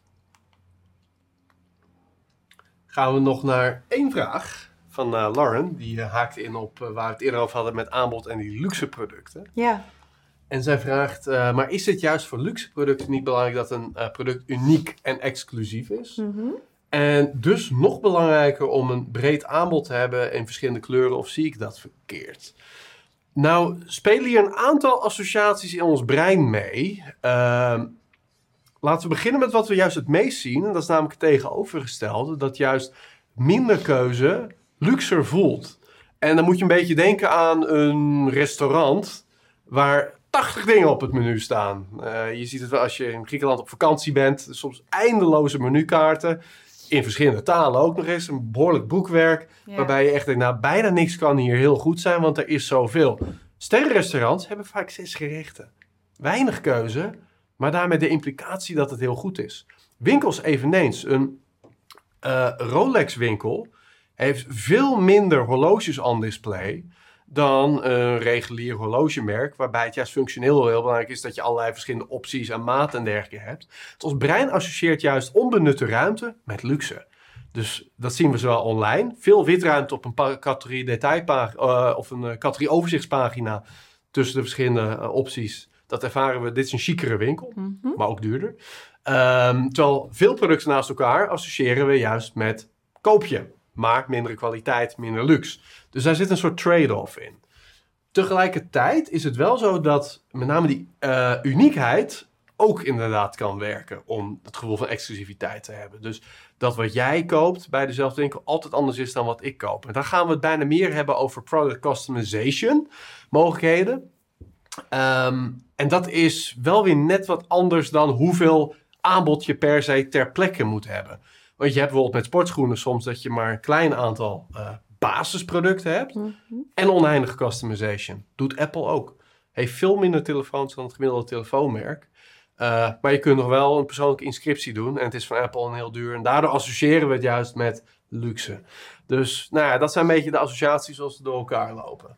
Gaan we nog naar één vraag van Lauren. Die haakte in op waar we het eerder over hadden met aanbod en die luxe producten. Ja. En zij vraagt, maar is het juist voor luxe producten niet belangrijk dat een product uniek en exclusief is? Mm-hmm. En dus nog belangrijker om een breed aanbod te hebben in verschillende kleuren, of zie ik dat verkeerd? Nou, spelen hier een aantal associaties in ons brein mee. Laten we beginnen met wat we juist het meest zien. En dat is namelijk het tegenovergestelde. Dat juist minder keuze luxer voelt. En dan moet je een beetje denken aan een restaurant waar 80 dingen op het menu staan. Je ziet het wel als je in Griekenland op vakantie bent. Soms eindeloze menukaarten. In verschillende talen ook nog eens. Een behoorlijk boekwerk. Ja. Waarbij je echt denkt, nou bijna niks kan hier heel goed zijn. Want er is zoveel. Sterrenrestaurants hebben vaak 6 gerechten. Weinig keuze. Maar daarmee de implicatie dat het heel goed is. Winkels eveneens. Een Rolex winkel heeft veel minder horloges on display dan een regulier horlogemerk, waarbij het juist functioneel heel belangrijk is dat je allerlei verschillende opties en maten en dergelijke hebt. Dus ons brein associeert juist onbenutte ruimte met luxe. Dus dat zien we zowel online. Veel witruimte op een categorie detailpagina of een categorie overzichtspagina tussen de verschillende opties. Dat ervaren we, dit is een chicere winkel, maar ook duurder. Terwijl veel producten naast elkaar associëren we juist met koopje. Maar mindere kwaliteit, minder luxe. Dus daar zit een soort trade-off in. Tegelijkertijd is het wel zo dat met name die uniekheid ook inderdaad kan werken om het gevoel van exclusiviteit te hebben. Dus dat wat jij koopt bij dezelfde winkel altijd anders is dan wat ik koop. En dan gaan we het bijna meer hebben over product customization mogelijkheden. En dat is wel weer net wat anders dan hoeveel aanbod je per se ter plekke moet hebben. Want je hebt bijvoorbeeld met sportschoenen soms dat je maar een klein aantal basisproducten hebt. En oneindige customization. Doet Apple ook. Heeft veel minder telefoons dan het gemiddelde telefoonmerk. Maar je kunt nog wel een persoonlijke inscriptie doen. En het is van Apple een heel duur. En daardoor associëren we het juist met luxe. Dus nou ja, dat zijn een beetje de associaties zoals ze door elkaar lopen.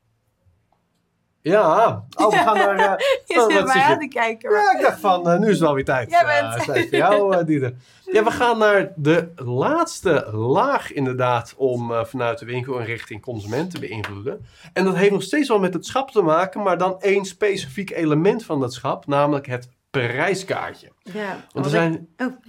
Ja, we gaan naar... je zit mij aan te kijken. Ja, ik dacht van, nu is het wel weer tijd. Tijd voor jou, Dieder. Ja, we gaan naar de laatste laag inderdaad om vanuit de winkel een richting consument te beïnvloeden. En dat heeft nog steeds wel met het schap te maken, maar dan één specifiek element van dat schap, namelijk het prijskaartje. Ja. Want er zijn... Oh, nee.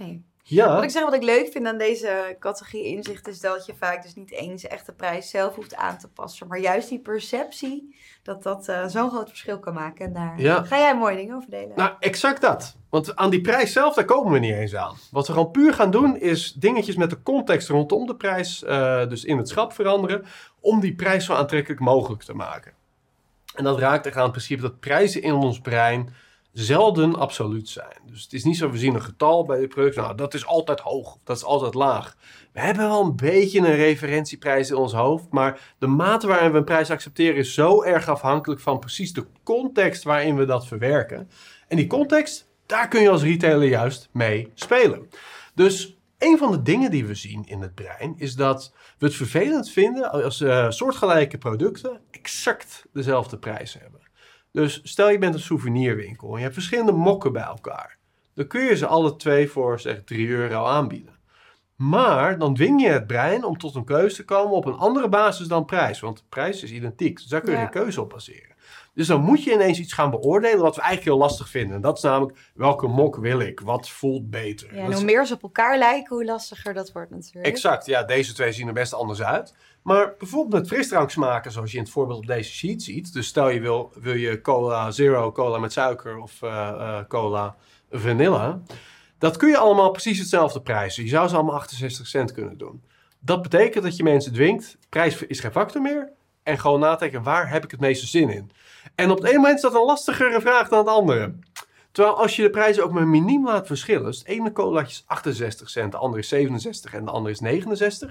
Ja. Wat ik leuk vind aan deze categorie inzicht is dat je vaak dus niet eens echt de prijs zelf hoeft aan te passen. Maar juist die perceptie dat zo'n groot verschil kan maken. En daar ga jij mooie dingen over delen. Nou, exact dat. Want aan die prijs zelf, daar komen we niet eens aan. Wat we gewoon puur gaan doen, is dingetjes met de context rondom de prijs, dus in het schap veranderen, om die prijs zo aantrekkelijk mogelijk te maken. En dat raakt echt aan het principe dat prijzen in ons brein zelden absoluut zijn. Dus het is niet zo, we zien een getal bij het product. Nou, dat is altijd hoog, dat is altijd laag. We hebben wel een beetje een referentieprijs in ons hoofd, maar de mate waarin we een prijs accepteren is zo erg afhankelijk van precies de context waarin we dat verwerken. En die context, daar kun je als retailer juist mee spelen. Dus een van de dingen die we zien in het brein is dat we het vervelend vinden als soortgelijke producten exact dezelfde prijs hebben. Dus stel je bent een souvenirwinkel en je hebt verschillende mokken bij elkaar. Dan kun je ze alle twee voor zeg 3 euro aanbieden. Maar dan dwing je het brein om tot een keuze te komen op een andere basis dan prijs. Want de prijs is identiek, dus daar kun je geen keuze op baseren. Dus dan moet je ineens iets gaan beoordelen wat we eigenlijk heel lastig vinden. En dat is namelijk, welke mok wil ik? Wat voelt beter? Ja, en hoe meer ze op elkaar lijken, hoe lastiger dat wordt natuurlijk. Exact, ja, deze twee zien er best anders uit. Maar bijvoorbeeld met frisdrank smaken, zoals je in het voorbeeld op deze sheet ziet. Dus stel je wil je cola zero, cola met suiker of cola vanilla. Dat kun je allemaal precies hetzelfde prijzen. Je zou ze allemaal 68 cent kunnen doen. Dat betekent dat je mensen dwingt, prijs is geen factor meer. En gewoon nadenken, waar heb ik het meeste zin in? En op het ene moment is dat een lastigere vraag dan het andere. Terwijl als je de prijzen ook maar miniem laat verschillen. Dus het ene colaatje is 68 cent, de andere is 67 en de andere is 69.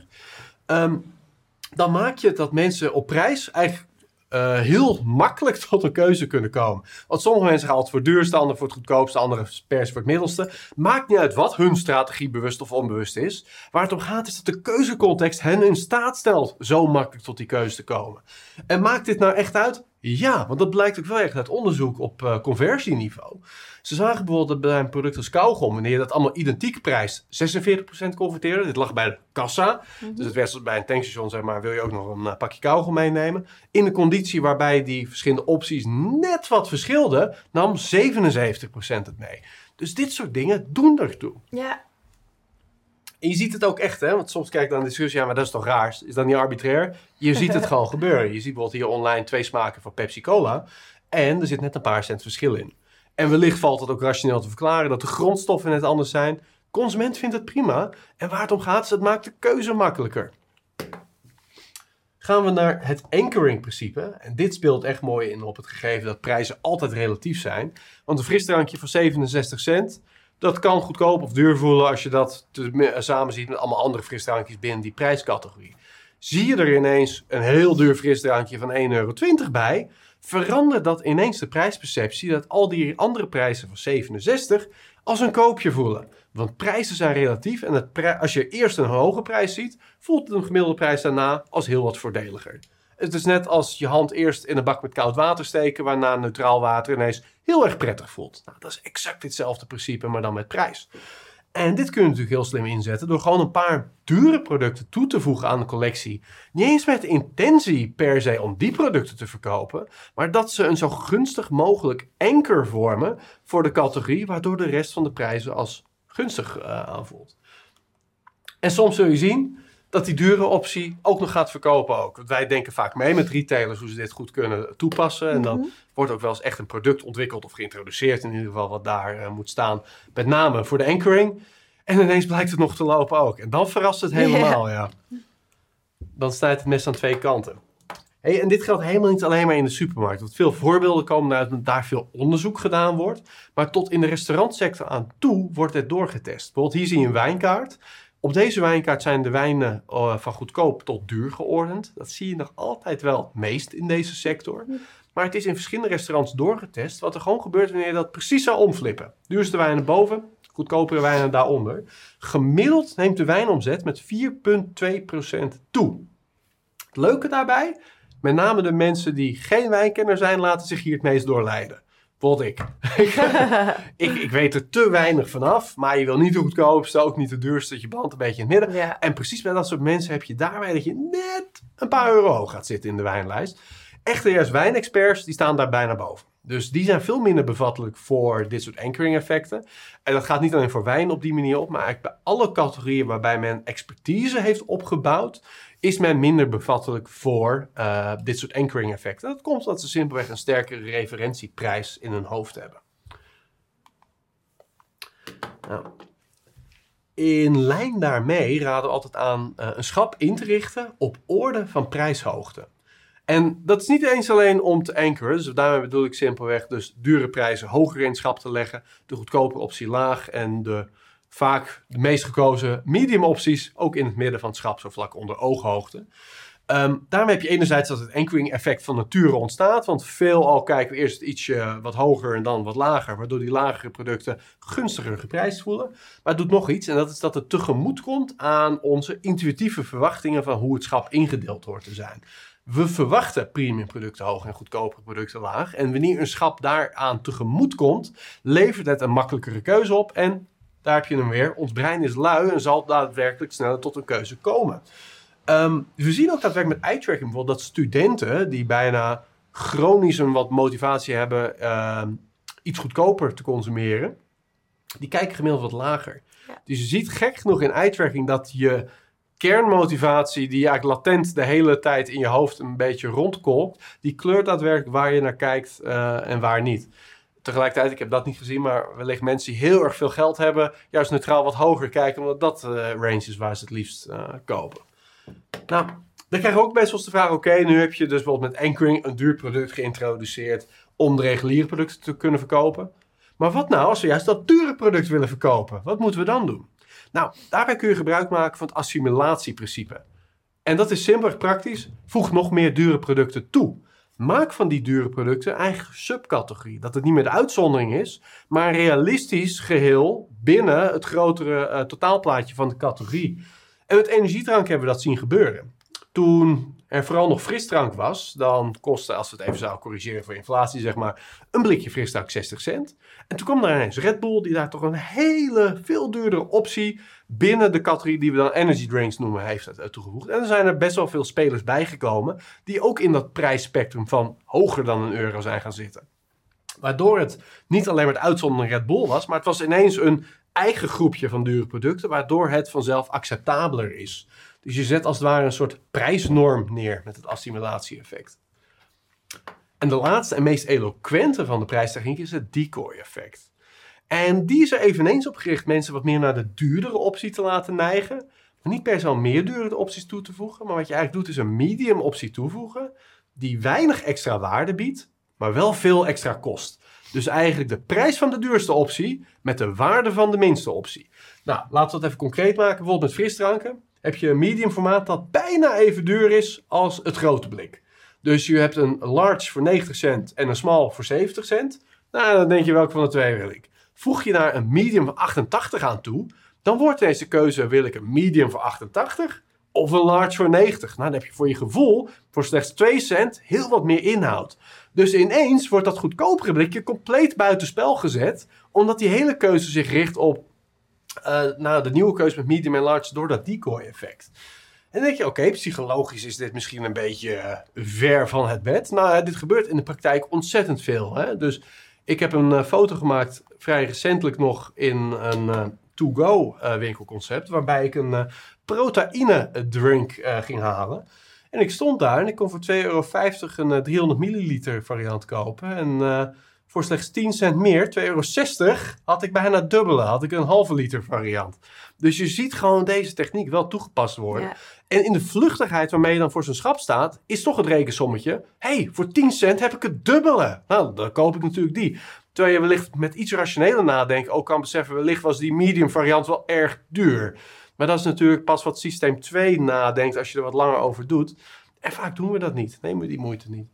Dan maak je het dat mensen op prijs eigenlijk heel makkelijk tot een keuze kunnen komen. Want sommige mensen gaan altijd voor het duurste, anderen voor het goedkoopste, anderen pers voor het middelste. Maakt niet uit wat hun strategie bewust of onbewust is. Waar het om gaat is dat de keuzecontext hen in staat stelt zo makkelijk tot die keuze te komen. En maakt dit nou echt uit? Ja, want dat blijkt ook wel echt uit onderzoek op conversieniveau. Ze zagen bijvoorbeeld dat bij een product als kauwgom, wanneer je dat allemaal identiek prijst, 46% converteerde. Dit lag bij de kassa. Dus het werd bij een tankstation, zeg maar, wil je ook nog een pakje kauwgom meenemen. In de conditie waarbij die verschillende opties net wat verschilden, nam 77% het mee. Dus dit soort dingen doen ertoe. Ja. En je ziet het ook echt, hè? Want soms kijk ik dan de discussie, ja, maar dat is toch raar? Is dat niet arbitrair? Je ziet het gewoon gebeuren. Je ziet bijvoorbeeld hier online 2 smaken van Pepsi-Cola. En er zit net een paar cent verschil in. En wellicht valt het ook rationeel te verklaren dat de grondstoffen net anders zijn. Consument vindt het prima. En waar het om gaat is, het maakt de keuze makkelijker. Gaan we naar het anchoring-principe. En dit speelt echt mooi in op het gegeven dat prijzen altijd relatief zijn. Want een frisdrankje van 67 cent... dat kan goedkoop of duur voelen als je dat samen ziet met allemaal andere frisdrankjes binnen die prijscategorie. Zie je er ineens een heel duur frisdrankje van 1,20 euro bij, verandert dat ineens de prijsperceptie dat al die andere prijzen van 67 als een koopje voelen. Want prijzen zijn relatief en als je eerst een hoge prijs ziet, voelt een gemiddelde prijs daarna als heel wat voordeliger. Het is net als je hand eerst in een bak met koud water steken, waarna neutraal water ineens heel erg prettig voelt. Nou, dat is exact hetzelfde principe, maar dan met prijs. En dit kun je natuurlijk heel slim inzetten door gewoon een paar dure producten toe te voegen aan de collectie. Niet eens met de intentie per se om die producten te verkopen, maar dat ze een zo gunstig mogelijk anker vormen voor de categorie, waardoor de rest van de prijzen als gunstig aanvoelt. En soms zul je zien dat die dure optie ook nog gaat verkopen ook. Want wij denken vaak mee met retailers hoe ze dit goed kunnen toepassen. En dan wordt ook wel eens echt een product ontwikkeld of geïntroduceerd in ieder geval wat daar moet staan. Met name voor de anchoring. En ineens blijkt het nog te lopen ook. En dan verrast het helemaal, ja. Dan staat het mes aan 2 kanten. Hey, en dit geldt helemaal niet alleen maar in de supermarkt. Want veel voorbeelden komen uit dat daar veel onderzoek gedaan wordt. Maar tot in de restaurantsector aan toe wordt het doorgetest. Bijvoorbeeld hier zie je een wijnkaart. Op deze wijnkaart zijn de wijnen van goedkoop tot duur geordend. Dat zie je nog altijd wel het meest in deze sector. Maar het is in verschillende restaurants doorgetest wat er gewoon gebeurt wanneer je dat precies zou omflippen. Duurste wijnen boven, goedkopere wijnen daaronder. Gemiddeld neemt de wijnomzet met 4,2% toe. Het leuke daarbij, met name de mensen die geen wijnkenner zijn, laten zich hier het meest door leiden. Bijvoorbeeld ik weet er te weinig vanaf, maar je wil niet de goedkoopste, ook niet de duurste, dat je belandt een beetje in het midden. Ja. En precies bij dat soort mensen heb je daarbij dat je net een paar euro hoog gaat zitten in de wijnlijst. Echte juist wijnexperts, die staan daar bijna boven. Dus die zijn veel minder bevattelijk voor dit soort anchoring effecten. En dat gaat niet alleen voor wijn op die manier op, maar eigenlijk bij alle categorieën waarbij men expertise heeft opgebouwd, is men minder bevattelijk voor dit soort anchoring effecten. Dat komt omdat ze simpelweg een sterkere referentieprijs in hun hoofd hebben. Nou, in lijn daarmee raden we altijd aan een schap in te richten op orde van prijshoogte. En dat is niet eens alleen om te anchoren. Dus daarmee bedoel ik simpelweg dus dure prijzen hoger in het schap te leggen, de goedkope optie laag en vaak de meest gekozen medium opties ook in het midden van het schap, zo vlak onder ooghoogte. Daarmee heb je enerzijds dat het anchoring effect van nature ontstaat, want veelal kijken we eerst ietsje wat hoger en dan wat lager, waardoor die lagere producten gunstiger geprijsd voelen. Maar het doet nog iets en dat is dat het tegemoet komt aan onze intuïtieve verwachtingen van hoe het schap ingedeeld hoort te zijn. We verwachten premium producten hoog en goedkopere producten laag. En wanneer een schap daaraan tegemoet komt, levert het een makkelijkere keuze op. En daar heb je hem weer. Ons brein is lui en zal daadwerkelijk sneller tot een keuze komen. We zien ook daadwerkelijk met eye-tracking bijvoorbeeld dat studenten die bijna chronisch een wat motivatie hebben iets goedkoper te consumeren, die kijken gemiddeld wat lager. Ja. Dus je ziet gek genoeg in eye-tracking dat je kernmotivatie die eigenlijk latent de hele tijd in je hoofd een beetje rondkolkt, die kleurt daadwerkelijk waar je naar kijkt en waar niet. Tegelijkertijd, ik heb dat niet gezien, maar wellicht mensen die heel erg veel geld hebben, juist neutraal wat hoger kijken, omdat dat range is waar ze het liefst kopen. Nou, dan krijgen we ook best wel eens de vraag, oké, nu heb je dus bijvoorbeeld met anchoring een duur product geïntroduceerd om de reguliere producten te kunnen verkopen. Maar wat nou als we juist dat dure product willen verkopen? Wat moeten we dan doen? Nou, daarbij kun je gebruik maken van het assimilatieprincipe. En dat is simpelweg praktisch. Voeg nog meer dure producten toe. Maak van die dure producten een eigen subcategorie. Dat het niet meer de uitzondering is, maar een realistisch geheel binnen het grotere totaalplaatje van de categorie. En met energiedrank hebben we dat zien gebeuren. Toen er vooral nog frisdrank was, dan kostte, als we het even zouden corrigeren voor inflatie, zeg maar, een blikje frisdrank 60 cent. En toen kwam daar ineens Red Bull, die daar toch een hele, veel duurdere optie binnen de categorie die we dan energy drinks noemen, heeft toegevoegd. En er zijn er best wel veel spelers bijgekomen die ook in dat prijsspectrum van hoger dan €1 zijn gaan zitten. Waardoor het niet alleen maar de uitzondering Red Bull was, maar het was ineens een eigen groepje van dure producten, waardoor het vanzelf acceptabeler is. Dus je zet als het ware een soort prijsnorm neer met het assimilatie-effect. En de laatste en meest eloquente van de prijstechniek is het decoy-effect. En die is er eveneens op gericht mensen wat meer naar de duurdere optie te laten neigen. Maar niet per se al meer dure opties toe te voegen. Maar wat je eigenlijk doet is een medium optie toevoegen die weinig extra waarde biedt, maar wel veel extra kost. Dus eigenlijk de prijs van de duurste optie met de waarde van de minste optie. Nou, laten we het even concreet maken. Bijvoorbeeld met frisdranken heb je een medium formaat dat bijna even duur is als het grote blik. Dus je hebt een large voor 90 cent en een small voor 70 cent. Nou, dan denk je welke van de twee wil ik. Voeg je daar een medium van 88 aan toe, dan wordt ineens de keuze, wil ik een medium voor 88 of een large voor 90? Nou, dan heb je voor je gevoel voor slechts 2 cent heel wat meer inhoud. Dus ineens wordt dat goedkopere blikje compleet buitenspel gezet, omdat die hele keuze zich richt op de nieuwe keuze met medium en large door dat decoy-effect. En dan denk je, oké, psychologisch is dit misschien een beetje ver van het bed. Nou, dit gebeurt in de praktijk ontzettend veel. Hè? Dus ik heb een foto gemaakt, vrij recentelijk nog, in een to-go winkelconcept, waarbij ik een proteïne drink ging halen. En ik stond daar en ik kon voor €2,50 een 300 milliliter variant kopen. En voor slechts 10 cent meer, €2,60, had ik bijna het dubbele. Had ik een halve liter variant. Dus je ziet gewoon deze techniek wel toegepast worden. Ja. En in de vluchtigheid waarmee je dan voor zo'n schap staat, is toch het rekensommetje. Hey, voor 10 cent heb ik het dubbele. Nou, dan koop ik natuurlijk die. Terwijl je wellicht met iets rationeler nadenken ook kan beseffen, wellicht was die medium variant wel erg duur. Maar dat is natuurlijk pas wat systeem 2 nadenkt als je er wat langer over doet. En vaak doen we dat niet. Nemen we die moeite niet.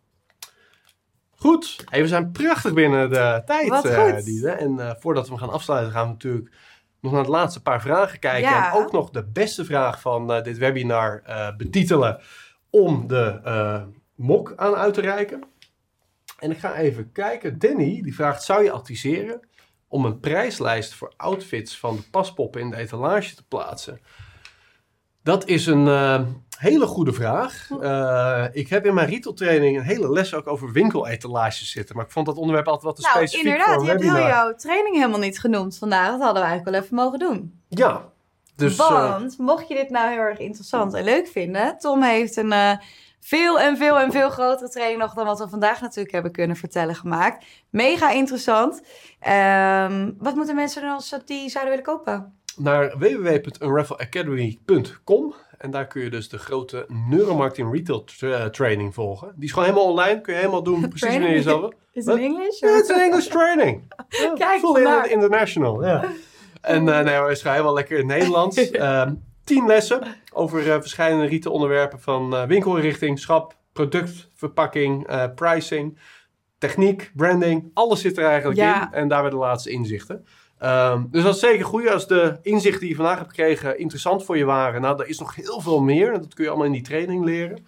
Goed, hey, we zijn prachtig binnen de tijd, Diede. En voordat we gaan afsluiten gaan we natuurlijk nog naar de laatste paar vragen kijken. Ja. En ook nog de beste vraag van dit webinar betitelen om de mok aan uit te reiken. En ik ga even kijken. Danny die vraagt, zou je adviseren om een prijslijst voor outfits van de paspoppen in de etalage te plaatsen? Dat is een hele goede vraag. Ik heb in mijn retailtraining een hele les ook over winkeletalages zitten. Maar ik vond dat onderwerp altijd wat te specifiek inderdaad, voor een webinar. Je hebt heel jouw training helemaal niet genoemd vandaag. Dat hadden we eigenlijk wel even mogen doen. Ja. Dus, Want, mocht je dit nou heel erg interessant en leuk vinden... Tom heeft een veel grotere training nog dan wat we vandaag natuurlijk hebben kunnen vertellen gemaakt. Mega interessant. Wat moeten mensen doen als ze die zouden willen kopen? Naar www.unravelacademy.com en daar kun je dus de grote neuromarketing retail training volgen. Die is gewoon helemaal online, kun je helemaal doen precies wanneer je zelf wil. Is het in English? Ja, het is een English training. Ja, Kijk, full international. Ja. En hij is helemaal lekker in het Nederlands. 10 lessen over verschillende retail onderwerpen van winkelinrichting, schap, product, verpakking, pricing, techniek, branding. Alles zit er eigenlijk in en daarbij de laatste inzichten. Dus dat is zeker goed. Als de inzichten die je vandaag hebt gekregen interessant voor je waren. Nou, er is nog heel veel meer. Dat kun je allemaal in die training leren.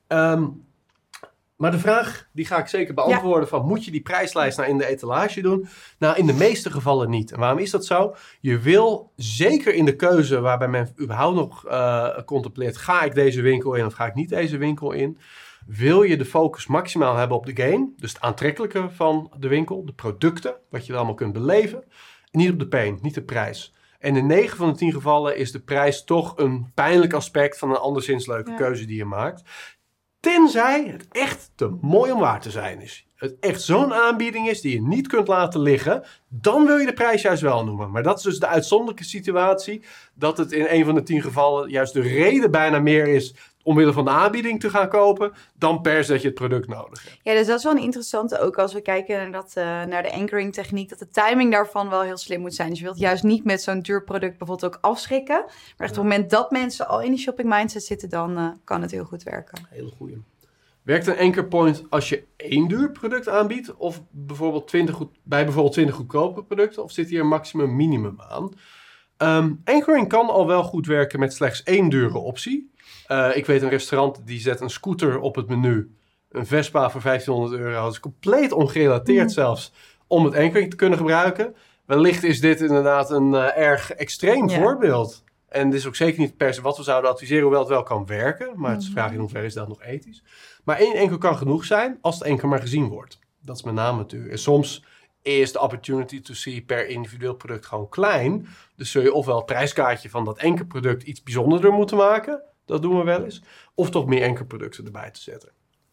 Maar de vraag, die ga ik zeker beantwoorden van... moet je die prijslijst nou in de etalage doen? Nou, in de meeste gevallen niet. En waarom is dat zo? Je wil zeker in de keuze waarbij men überhaupt nog contempleert... ga ik deze winkel in of ga ik niet deze winkel in... wil je de focus maximaal hebben op de gain. Dus het aantrekkelijke van de winkel, de producten, wat je er allemaal kunt beleven... Niet op de pain, niet de prijs. En in 9 van de 10 gevallen is de prijs toch een pijnlijk aspect van een anderszins leuke keuze die je maakt. Tenzij het echt te mooi om waar te zijn is. Het echt zo'n aanbieding is die je niet kunt laten liggen. Dan wil je de prijs juist wel noemen. Maar dat is dus de uitzonderlijke situatie. Dat het in 1 van de 10 gevallen juist de reden bijna meer is... omwille van de aanbieding te gaan kopen... dan per se dat je het product nodig hebt. Ja, dus dat is wel een interessante ook als we kijken naar de anchoring techniek... dat de timing daarvan wel heel slim moet zijn. Dus je wilt juist niet met zo'n duur product bijvoorbeeld ook afschrikken. Maar echt op het moment dat mensen al in die shopping mindset zitten... dan kan het heel goed werken. Hele goeie. Werkt een anchor point als je 1 duur product aanbiedt... of bijvoorbeeld 20 goedkope producten... of zit hier een maximum minimum aan? Anchoring kan al wel goed werken met slechts 1 dure optie... ik weet een restaurant die zet een scooter op het menu. Een Vespa voor €1500. Dat is compleet ongerelateerd zelfs om het anchoring te kunnen gebruiken. Wellicht is dit inderdaad een erg extreem voorbeeld. En dit is ook zeker niet per se wat we zouden adviseren, hoewel het wel kan werken. Maar het is de vraag in hoeverre is dat nog ethisch. Maar 1 anchor kan genoeg zijn als het anchor maar gezien wordt. Dat is met name natuurlijk. En soms is de opportunity to see per individueel product gewoon klein. Dus zul je ofwel het prijskaartje van dat anchor product iets bijzonderder moeten maken... Dat doen we wel eens. Of toch meer ankerproducten erbij te zetten.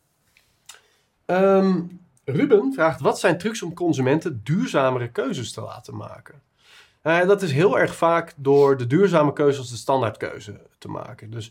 Ruben vraagt... wat zijn trucs om consumenten duurzamere keuzes te laten maken? Dat is heel erg vaak door de duurzame keuze als de standaardkeuze te maken. Dus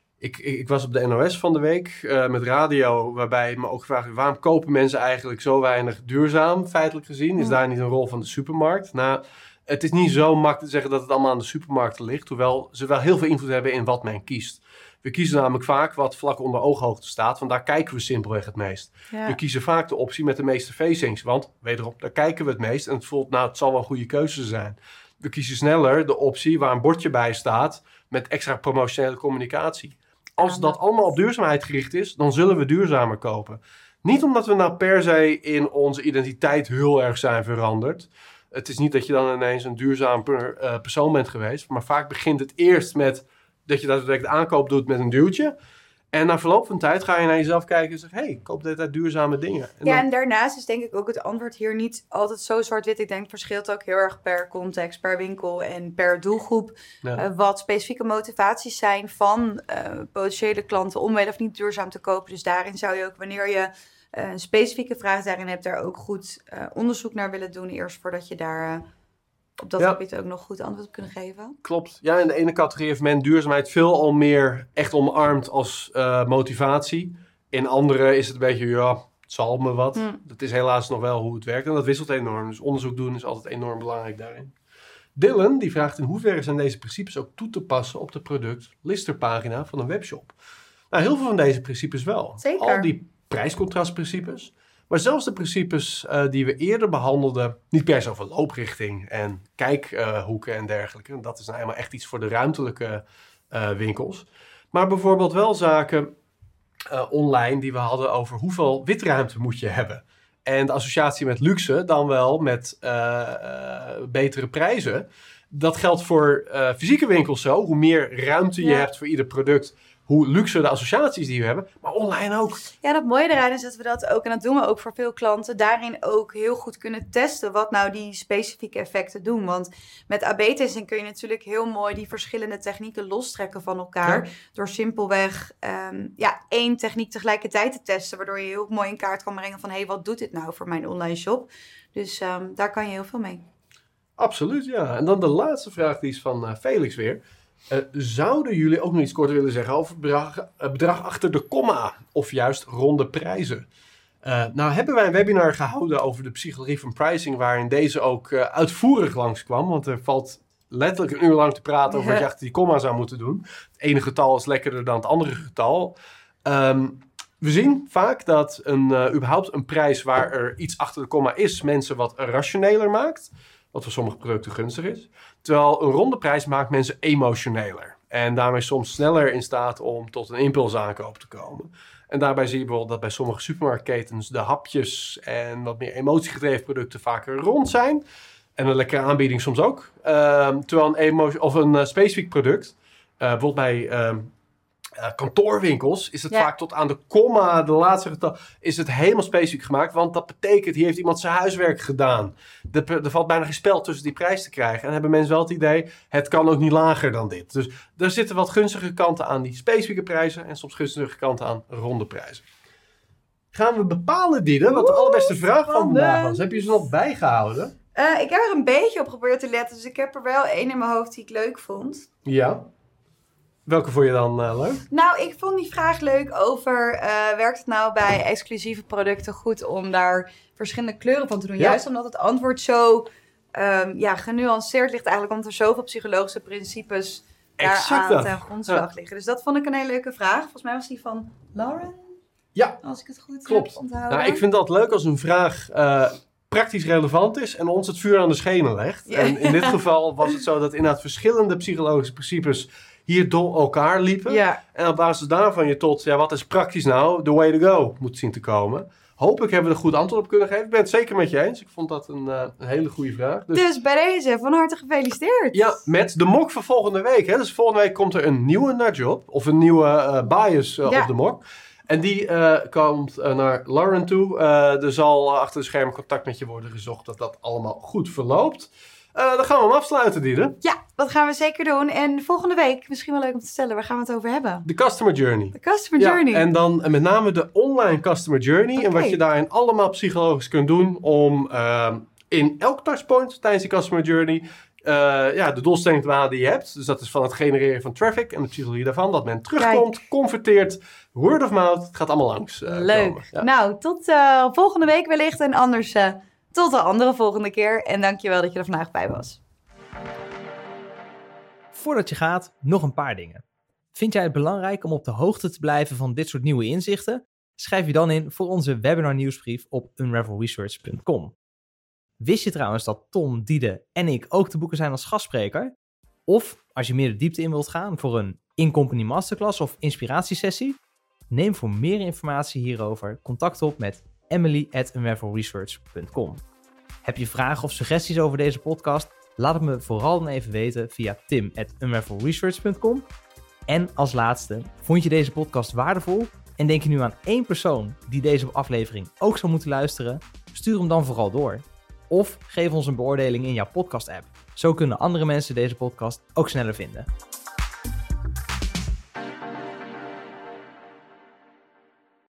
ik was op de NOS van de week met radio... waarbij me ook gevraagd werd... waarom kopen mensen eigenlijk zo weinig duurzaam, feitelijk gezien? Is daar niet een rol van de supermarkt? Nou... Het is niet zo makkelijk te zeggen dat het allemaal aan de supermarkten ligt... hoewel ze wel heel veel invloed hebben in wat men kiest. We kiezen namelijk vaak wat vlak onder ooghoogte staat... want daar kijken we simpelweg het meest. Ja. We kiezen vaak de optie met de meeste facings... want, wederom, daar kijken we het meest... en het voelt, nou, het zal wel een goede keuze zijn. We kiezen sneller de optie waar een bordje bij staat... met extra promotionele communicatie. Als dat allemaal op duurzaamheid gericht is... dan zullen we duurzamer kopen. Niet omdat we nou per se in onze identiteit heel erg zijn veranderd... Het is niet dat je dan ineens een duurzaam persoon bent geweest. Maar vaak begint het eerst met dat je daadwerkelijk de aankoop doet met een duwtje. En na verloop van tijd ga je naar jezelf kijken en zeggen... hey, ik koop dit duurzame dingen. En daarnaast is denk ik ook het antwoord hier niet altijd zo zwart-wit. Ik denk het verschilt ook heel erg per context, per winkel en per doelgroep. Ja. Wat specifieke motivaties zijn van potentiële klanten om wel of niet duurzaam te kopen. Dus daarin zou je ook, wanneer je... een specifieke vraag daarin hebt, daar ook goed onderzoek naar willen doen. Eerst voordat je daar op dat gebied ook nog goed antwoord op kunnen geven. Klopt. Ja, in de ene categorie heeft men duurzaamheid veel al meer echt omarmd als motivatie. In andere is het een beetje, het zal me wat. Dat is helaas nog wel hoe het werkt en dat wisselt enorm. Dus onderzoek doen is altijd enorm belangrijk daarin. Dylan, die vraagt in hoeverre zijn deze principes ook toe te passen op de product-listerpagina van een webshop? Nou, heel veel van deze principes wel. Zeker. Al die prijscontrastprincipes. Maar zelfs de principes die we eerder behandelden... niet per se over looprichting en kijkhoeken en dergelijke. Dat is nou helemaal echt iets voor de ruimtelijke winkels. Maar bijvoorbeeld wel zaken online die we hadden... over hoeveel witruimte moet je hebben. En de associatie met luxe dan wel met betere prijzen... Dat geldt voor fysieke winkels zo. Hoe meer ruimte je hebt voor ieder product, hoe luxer de associaties die we hebben. Maar online ook. Ja, dat mooie eraan is dat we dat ook, en dat doen we ook voor veel klanten, daarin ook heel goed kunnen testen wat nou die specifieke effecten doen. Want met AB-testing kun je natuurlijk heel mooi die verschillende technieken lostrekken van elkaar. Ja. Door simpelweg één techniek tegelijkertijd te testen. Waardoor je heel mooi in kaart kan brengen van wat doet dit nou voor mijn online shop? Dus daar kan je heel veel mee. Absoluut, ja. En dan de laatste vraag, die is van Felix weer. Zouden jullie ook nog iets korter willen zeggen over het bedrag achter de komma of juist ronde prijzen? Nou hebben wij een webinar gehouden over de psychologie van pricing, waarin deze ook uitvoerig langskwam. Want er valt letterlijk een uur lang te praten over wat je achter die komma zou moeten doen. Het ene getal is lekkerder dan het andere getal. We zien vaak dat überhaupt een prijs waar er iets achter de komma is, mensen wat rationeler maakt. Wat voor sommige producten gunstig is. Terwijl een ronde prijs maakt mensen emotioneler. En daarmee soms sneller in staat om tot een impulsaankoop te komen. En daarbij zie je bijvoorbeeld dat bij sommige supermarktketens de hapjes en wat meer emotiegedreven producten vaker rond zijn. En een lekkere aanbieding soms ook. Terwijl een specifiek product, bijvoorbeeld bij kantoorwinkels, is het vaak tot aan de komma, de laatste getal, is het helemaal specifiek gemaakt. Want dat betekent, hier heeft iemand zijn huiswerk gedaan. Er valt bijna geen spel tussen die prijs te krijgen. En hebben mensen wel het idee, het kan ook niet lager dan dit. Dus er zitten wat gunstige kanten aan die specifieke prijzen en soms gunstige kanten aan ronde prijzen. Gaan we bepalen, Diede, wat de allerbeste vraag van vandaag was? Heb je ze nog bijgehouden? Ik heb er een beetje op geprobeerd te letten, dus ik heb er wel één in mijn hoofd die ik leuk vond. Ja. Welke vond je dan leuk? Nou, ik vond die vraag leuk over, werkt het nou bij exclusieve producten goed om daar verschillende kleuren van te doen? Ja. Juist omdat het antwoord zo genuanceerd ligt eigenlijk, omdat er zoveel psychologische principes daaraan ten grondslag liggen. Dus dat vond ik een hele leuke vraag. Volgens mij was die van Lauren. Ja, als ik het goed klopt. Heb onthouden. Nou, ik vind dat leuk als een vraag praktisch relevant is en ons het vuur aan de schenen legt. Ja. En in dit geval was het zo dat inderdaad verschillende psychologische principes hier door elkaar liepen. Ja. En op basis daarvan je tot, wat is praktisch nou, the way to go moet zien te komen. Hopelijk hebben we er goed antwoord op kunnen geven. Ik ben het zeker met je eens. Ik vond dat een hele goede vraag. Dus bij deze, van harte gefeliciteerd. Ja, met de mok van volgende week. Hè. Dus volgende week komt er een nieuwe nudge op. Of een nieuwe bias op de mok. En die komt naar Lauren toe. Er zal achter de schermen contact met je worden gezocht dat dat allemaal goed verloopt. Dan gaan we hem afsluiten, Diede. Ja, dat gaan we zeker doen. En volgende week, misschien wel leuk om te stellen, waar gaan we het over hebben? De Customer Journey. De Customer Journey. En dan met name de online Customer Journey. Okay. En wat je daarin allemaal psychologisch kunt doen om in elk touchpoint tijdens die Customer Journey de doelstelling te behalen die je hebt. Dus dat is van het genereren van traffic en de psychologie daarvan. Dat men terugkomt, converteert, word of mouth. Het gaat allemaal langs. Leuk. Komen. Ja. Nou, tot volgende week wellicht. En anders tot de andere volgende keer. En dankjewel dat je er vandaag bij was. Voordat je gaat, nog een paar dingen. Vind jij het belangrijk om op de hoogte te blijven van dit soort nieuwe inzichten? Schrijf je dan in voor onze webinar nieuwsbrief op unravelresearch.com. Wist je trouwens dat Tom, Diede en ik ook te boeken zijn als gastspreker? Of als je meer de diepte in wilt gaan voor een in-company masterclass of inspiratiesessie? Neem voor meer informatie hierover contact op met emily@unravelresearch.com. Heb je vragen of suggesties over deze podcast? Laat het me vooral dan even weten via tim@unravelresearch.com. En als laatste, vond je deze podcast waardevol en denk je nu aan één persoon die deze aflevering ook zou moeten luisteren? Stuur hem dan vooral door. Of geef ons een beoordeling in jouw podcast-app. Zo kunnen andere mensen deze podcast ook sneller vinden.